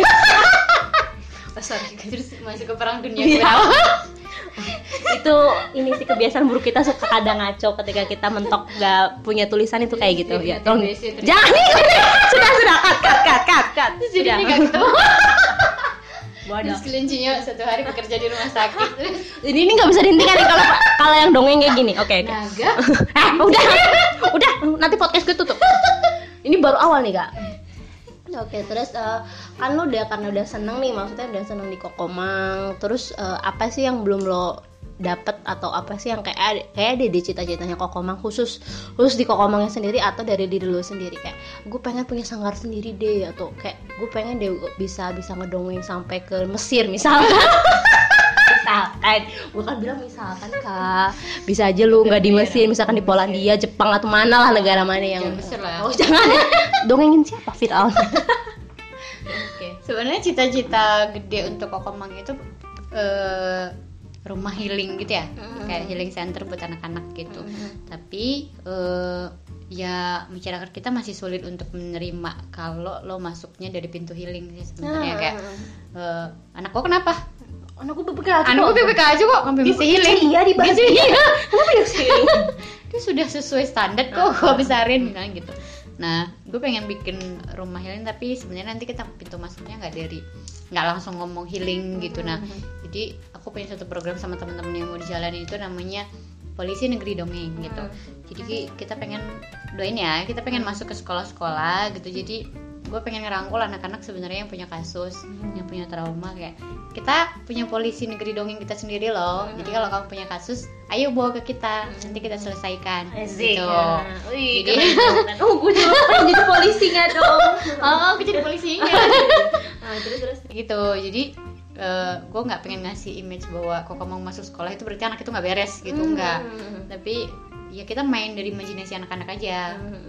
Terus masuk ke perang dunia. Itu ini sih kebiasaan buruk kita, suka kadang ngaco ketika kita mentok nggak punya tulisan itu kayak gitu ya. Tolong jangan nih. Sudah cut. Sudah nggak gitu. Terus kelincinya satu hari bekerja di rumah sakit. Ini nggak bisa dihentikan nih kalau yang dongeng kayak gini. Oke. Naga. Udah nanti podcast gue tutup. Ini baru awal nih kak. Oke, terus kan lo karena udah seneng nih, maksudnya udah seneng di Kokomang. Terus apa sih yang belum lo dapet, atau apa sih yang kayak ada di cita-citanya Kokomang, khusus di Kokomangnya sendiri atau dari diri lo sendiri? Kayak gue pengen punya sanggar sendiri deh, atau kayak gue pengen deh bisa ngedongeng sampai ke Mesir misalkan. Gue kan bilang misalkan kak, bisa aja lu nggak di Mesir, misalkan di Polandia, Jepang atau mana lah, negara mana yang Mesir lah. Oh jangan, dongengin siapa Fir'aun? Sebenarnya cita-cita gede untuk Kokomang itu rumah healing gitu ya, kayak healing center buat anak-anak gitu. Tapi ya masyarakat kita masih sulit untuk menerima kalau lo masuknya dari pintu healing sih sebenarnya. Kayak anak kok kenapa? Anakku BPK aja kok, ngambil bisa healing. Iya dibahas. Kenapa dia healing? Dia sudah sesuai standar kok, gue besarin misalnya gitu. Nah, gue pengen bikin rumah healing, tapi sebenarnya nanti kita pintu masuknya nggak langsung ngomong healing gitu. Nah, jadi aku punya satu program sama teman-teman yang mau dijalanin, itu namanya Polisi Negeri Dongeng gitu. Jadi kita pengen kita pengen masuk ke sekolah-sekolah gitu. Jadi gue pengen ngerangkul anak-anak sebenarnya yang punya kasus, yang punya trauma. Kayak kita punya polisi negeri dongeng kita sendiri loh. Jadi kalau kamu punya kasus, ayo bawa ke kita, nanti kita selesaikan. Gitu. Jadi gue juga pengen jadi polisi nggak dong? Aku jadi polisinya. Terus gitu. Jadi gue nggak pengen ngasih image bahwa kok kamu masuk sekolah itu berarti anak itu nggak beres gitu, nggak. Tapi ya kita main dari imajinasi anak-anak aja. Yuk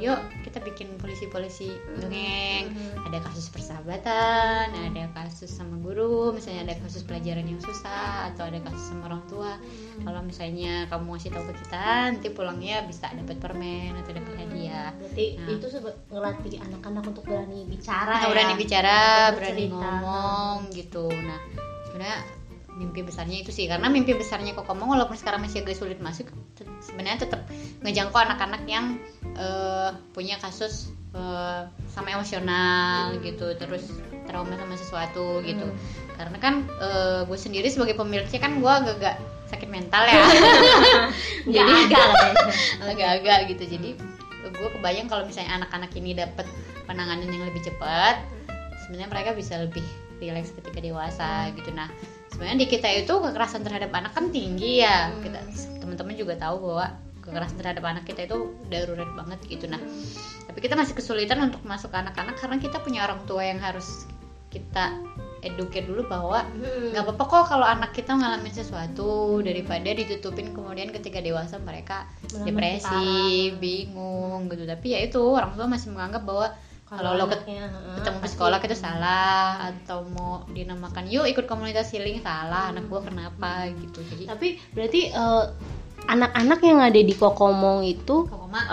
kita bikin polisi dongeng, ada kasus persahabatan, ada kasus sama guru, misalnya ada kasus pelajaran yang susah, atau ada kasus sama orang tua. Kalau misalnya kamu ngasih tahu ke kita, nanti pulangnya bisa dapat permen atau dapat hadiah. Berarti itu ngelatih anak-anak untuk berani bicara, berani bicara, untuk berani bercerita. ngomong gitu. Nah sebenarnya mimpi besarnya itu sih, karena mimpi besarnya Kokomong walaupun sekarang masih agak sulit masuk, sebenarnya tetap ngejangkau anak-anak yang punya kasus sama emosional gitu, terus trauma sama sesuatu gitu. Karena kan gue sendiri sebagai pemiliknya kan gue agak sakit mental ya. Jadi agak gitu. Jadi gue kebayang kalau misalnya anak-anak ini dapat penanganan yang lebih cepat, sebenarnya mereka bisa lebih rileks ketika dewasa gitu. Nah sebenarnya di kita itu kekerasan terhadap anak kan tinggi ya. Kita teman-teman juga tahu bahwa kekerasan terhadap anak kita itu darurat banget gitu. Nah tapi kita masih kesulitan untuk masuk ke anak-anak karena kita punya orang tua yang harus kita educate dulu bahwa nggak apa-apa kok kalau anak kita ngalamin sesuatu, daripada ditutupin kemudian ketika dewasa mereka depresi, bingung gitu. Tapi ya itu orang tua masih menganggap bahwa kalau lo ketemu di sekolah itu salah, atau mau dinamakan yuk ikut komunitas healing salah, anak gua kenapa gitu. Jadi tapi berarti anak-anak yang ada di Kokomong itu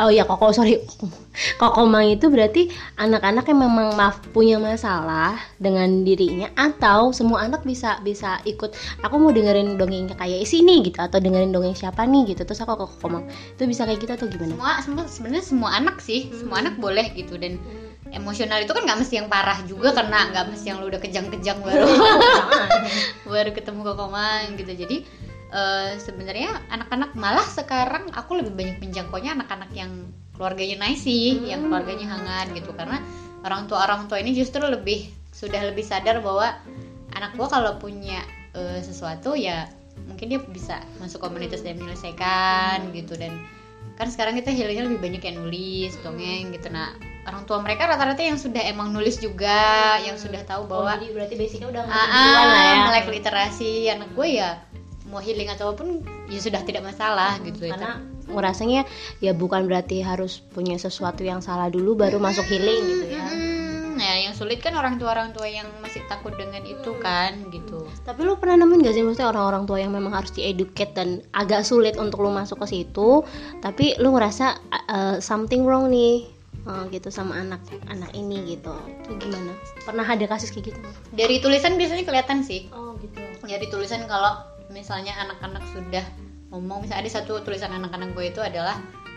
Kokomang itu berarti anak-anak yang memang punya masalah dengan dirinya, atau semua anak bisa ikut, aku mau dengerin dongeng kayak sini gitu, atau dengerin dongeng siapa nih gitu, terus aku ke Kokomang, itu bisa kayak gitu atau gimana? Sebenarnya semua anak sih, semua anak boleh gitu. Dan emosional itu kan nggak mesti yang parah juga, karena nggak mesti yang lu udah kejang-kejang baru ketemu Kokomang gitu. Jadi sebenarnya anak-anak, malah sekarang aku lebih banyak menjangkaunya anak-anak yang keluarganya nice sih, yang keluarganya hangat gitu. Karena orang tua ini justru sudah lebih sadar bahwa anak gua kalau punya sesuatu ya mungkin dia bisa masuk komunitas dan menyelesaikan gitu. Dan kan sekarang kita healingnya lebih banyak yang nulis dongeng gitu. Nah orang tua mereka rata-rata yang sudah emang nulis juga, yang sudah tahu bahwa jadi berarti basicnya udah ya, melek literasi. Anak gue ya mau healing atau apapun ya sudah tidak masalah gitu. Karena ngerasanya ya bukan berarti harus punya sesuatu yang salah dulu baru masuk healing gitu ya. Nah yang sulit kan orang tua yang masih takut dengan itu kan gitu. Tapi lu pernah nemuin gak sih maksudnya orang-orang tua yang memang harus di-educate dan agak sulit untuk lu masuk ke situ, tapi lu ngerasa something wrong nih gitu sama anak ini gitu. Itu gimana? Pernah ada kasus kayak gitu? Dari tulisan biasanya kelihatan sih. Oh gitu. Dari tulisan kalau misalnya anak-anak sudah ngomong, misalnya ada satu tulisan anak-anak gue itu adalah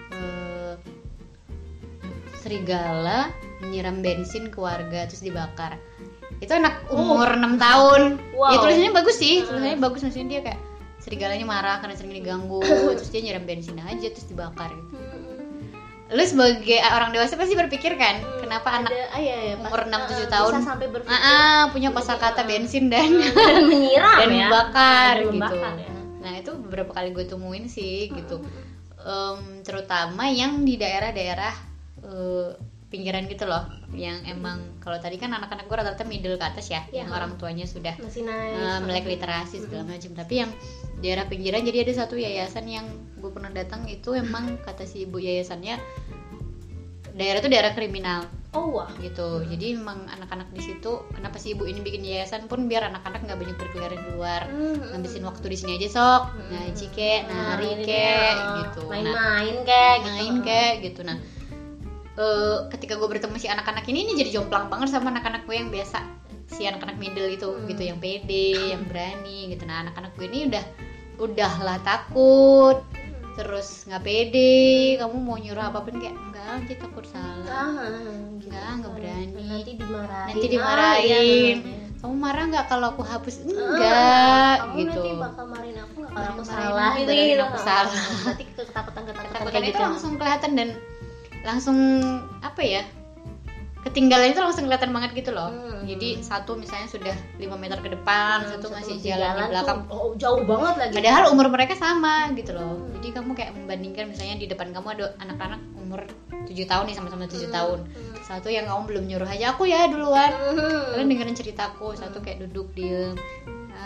serigala menyiram bensin ke warga terus dibakar. Itu anak umur 6 tahun. Wow. Ya tulisannya bagus sih, tulisannya bagus, maksudnya dia kayak serigalanya marah karena sering diganggu, terus dia nyiram bensin aja terus dibakar gitu. Lu sebagai orang dewasa pasti berpikir kan, kenapa anak umur 6-7 tahun bisa sampai berpikir punya kosakata bensin dan menyiram dan ya? membakar gitu. Membakar, ya. Nah itu beberapa kali gue temuin sih gitu. Terutama yang di daerah-daerah pinggiran gitu loh, yang emang kalau tadi kan anak-anak gue rata-rata middle ke atas ya, yang orang tuanya sudah melek literasi segala macam. Tapi yang daerah pinggiran, jadi ada satu yayasan yang gue pernah datang, itu emang kata si ibu yayasannya daerah itu daerah kriminal. Gitu. Jadi memang anak-anak di situ, kenapa si ibu ini bikin yayasan pun biar anak-anak nggak banyak berkeliaran di luar, ngabisin waktu di sini aja sok, ngaji kek, nari kek, gitu, main kek gitu. Nah ketika gue bertemu si anak-anak ini jadi jomplang banget sama anak-anak gue yang biasa, si anak-anak middle itu gitu, yang pede, yang berani gitu. Nah anak-anak gue ini udahlah takut, terus nggak pede, kamu mau nyuruh apapun kayak enggak, nanti takut salah, nggak berani, nanti dimarahin. Kamu marah nggak kalau aku hapus? Enggak, kamu gitu. Nanti bakal marahin aku nggak kalau aku salah gitu. Aku salah. Nanti ketakutan itu gitu. Langsung kelihatan dan langsung apa ya? Ketinggalan itu langsung kelihatan banget gitu loh. Jadi satu misalnya sudah 5 meter ke depan, satu masih jalan di belakang. Jauh banget lagi. Padahal umur mereka sama gitu loh. Jadi kamu kayak membandingkan, misalnya di depan kamu ada anak-anak umur 7 tahun nih, sama-sama 7 tahun. Satu yang kamu belum nyuruh aja, aku ya duluan. Kalian dengerin ceritaku. Satu kayak duduk diem.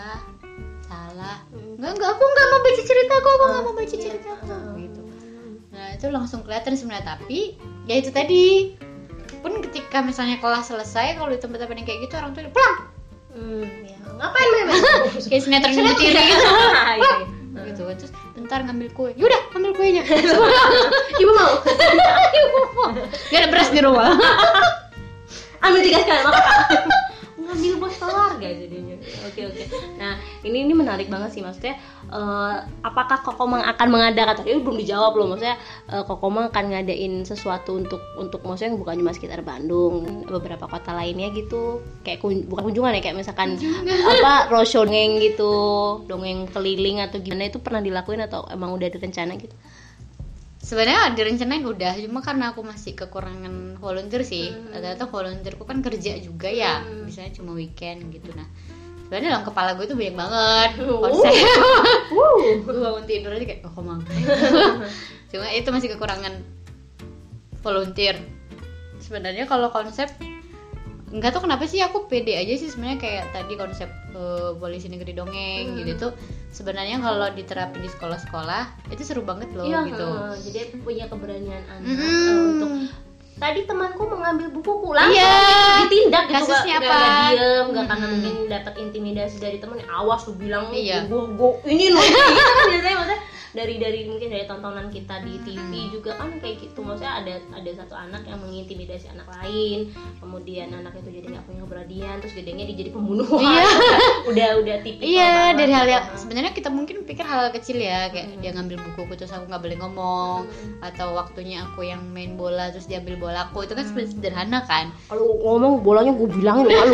Salah. Enggak, aku enggak mau baca ceritaku, gitu. Nah itu langsung kelihatan sebenarnya, tapi ya itu tadi, pun ketika misalnya kelas selesai, kalau di tempat-tempat yang kayak gitu orang tuh pulang. Ya. Ngapain main? Kayak sinetron Ibu Tiri gitu. Gitu. Terus bentar ngambil kue. Yaudah ambil kuenya. Ibu mau? Gak ada beras di rumah. Ambil 3 sekali makan. Ngambil buat keluarga jadinya. Oke. Nah ini menarik banget sih, maksudnya apakah Kokomang akan mengadakan, tadi belum dijawab loh, maksudnya Kokomang akan ngadain sesuatu untuk maksudnya bukan cuma sekitar Bandung, beberapa kota lainnya gitu, kayak bukan kunjungan ya, kayak misalkan apa roadshow dongeng gitu, dongeng keliling atau gimana, itu pernah dilakuin atau emang udah ada rencana gitu? Sebenarnya direncanain udah, cuma karena aku masih kekurangan volunteer sih. Ternyata volunteerku kan kerja juga ya, misalnya cuma weekend gitu. Nah sebenarnya dalam kepala gue tuh banyak banget konsep. Gue bangun tidur aja kayak Kokomang. Cuma itu masih kekurangan volunteer. Sebenarnya kalau konsep, nggak tahu kenapa sih aku pede aja sih sebenarnya, kayak tadi konsep polisi negeri dongeng gitu tuh sebenarnya kalau diterapin di sekolah-sekolah itu seru banget loh gitu. Jadi punya keberanian anak untuk tadi temanku mengambil bukuku langsung ditindak gitu, kasusnya apa? Gak diem, gak karena mungkin dapat intimidasi dari temen, awas lu bilang gue ini loh gitu kan biasanya, maksudnya dari mungkin dari tontonan kita di TV juga kan kayak gitu, maksudnya ada satu anak yang mengintimidasi anak lain, kemudian anak itu jadi nggak punya keberanian, terus gedenya dia jadi pembunuh. udah tipikal dari hal yang sebenarnya kita mungkin pikir hal kecil ya, kayak dia ngambil bukuku terus aku nggak boleh ngomong, atau waktunya aku yang main bola terus dia ambil bolaku, itu kan sederhana kan. Kalau ngomong bolanya gue bilangin malu.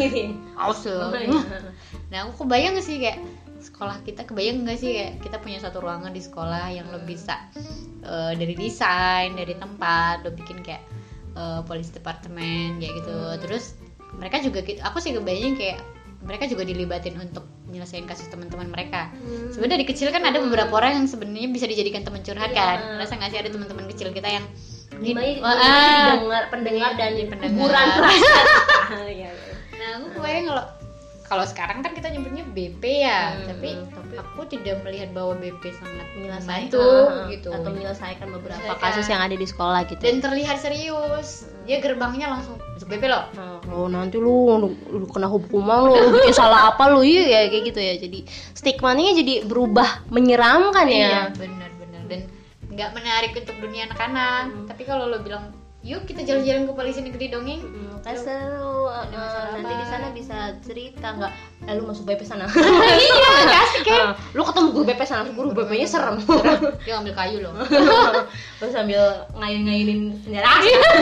Nah aku kebayang sih kayak sekolah kita, kebayang nggak sih kayak kita punya satu ruangan di sekolah yang lo bisa dari desain, dari tempat lo bikin kayak police department kayak gitu. Terus mereka juga, aku sih kebayang kayak mereka juga dilibatin untuk menyelesaikan kasus teman-teman mereka. Sebenarnya dari kecil kan ada beberapa orang yang sebenarnya bisa dijadikan teman curhat kan. Rasa nggak sih ada teman-teman kecil kita yang pendengar dan hiburan perasaan. Nah aku kebayang kalau sekarang kan kita nyebutnya BP ya, tapi aku tidak melihat bahwa BP sangat membantu gitu atau menyelesaikan beberapa kasus yang ada di sekolah gitu. Dan terlihat serius. Dia gerbangnya langsung masuk BP loh. Nanti lu kena hukuman lu bikin salah apa lu ya kayak gitu ya. Jadi stigmanya jadi berubah menyeramkan ya. Iya, benar. Dan nggak menarik untuk dunia anak-anak. Tapi kalau lo bilang yuk kita jalan-jalan ke polisi negeri dongeng, kan seru. Nanti di sana bisa cerita nggak? Lu masuk BP sana. Iya, kasih kayak. Lu ketemu guru BP sana, guru BP-nya serem. Dia ngambil kayu loh. Terus sambil ngayun-ngayunin senjata.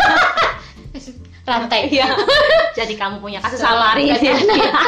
Rantai. Iya. Jadi kamu punya kasus sama hari ini.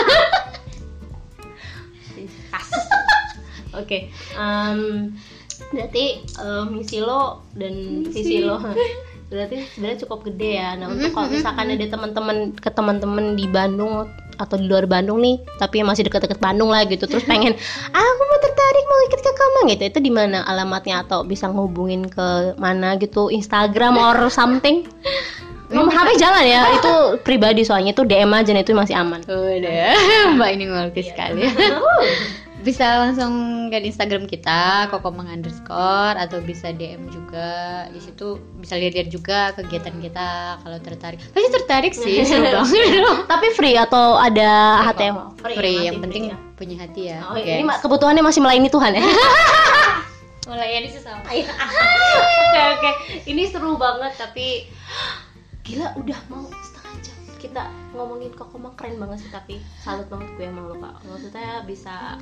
Kasus. Oke. Berarti misi lo dan visi lo berarti sebenarnya cukup gede ya. Nah untuk kalau misalkan ada teman-teman di Bandung atau di luar Bandung nih, tapi yang masih dekat-dekat Bandung lah gitu, terus pengen aku mau tertarik mau ikut ke Kokomang gitu, itu di mana alamatnya atau bisa ngehubungin ke mana gitu, Instagram or something? Nomor HP jalan ya, itu pribadi soalnya itu DM aja, itu masih aman. Udah, Mbak ini ngerti sekali. Bisa langsung ke Instagram kita Kokomang _ atau bisa DM juga di situ, bisa lihat juga kegiatan kita kalau tertarik. Pasti tertarik sih, seru banget. Tapi free atau ada HTM? Free, yang penting punya hati ya. Ini kebutuhannya masih melayani Tuhan ya. Melayani sesama. Oke. Ini seru banget, tapi gila udah mau setengah jam kita ngomongin Kokomang, keren banget sih, tapi salut banget gue emang lo Kak, maksudnya bisa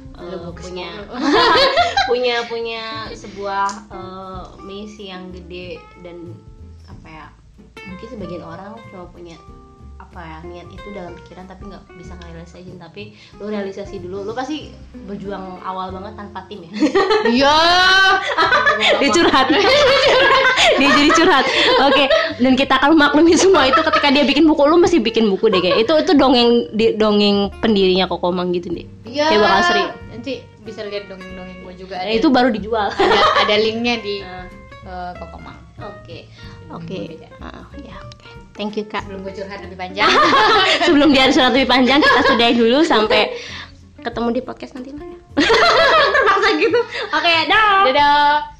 punya sebuah misi yang gede, dan apa ya, mungkin sebagian orang cuma punya apa ya niat itu dalam pikiran tapi nggak bisa ngerealisasiin, tapi lo realisasi dulu. Lo pasti berjuang awal banget tanpa tim ya. Iya. Dia curhat. Dia jadi curhat. Oke. Dan kita akan maklumi semua itu ketika dia bikin buku. Lo mesti bikin buku deh kayak itu dongeng pendirinya Kokomang gitu deh. Iya. Kayak bakal seri. Nanti bisa lihat dongeng-dongeng gue juga. Nah, itu baru dijual. Ada linknya di Kokomang. Oke. Ya. Thank you Kak. Sebelum gue curhat lebih panjang. Sebelum dia curhat lebih panjang, kita sudahi dulu sampai ketemu di podcast nanti lah ya. Terpaksa gitu. Oke, dah. Dadah.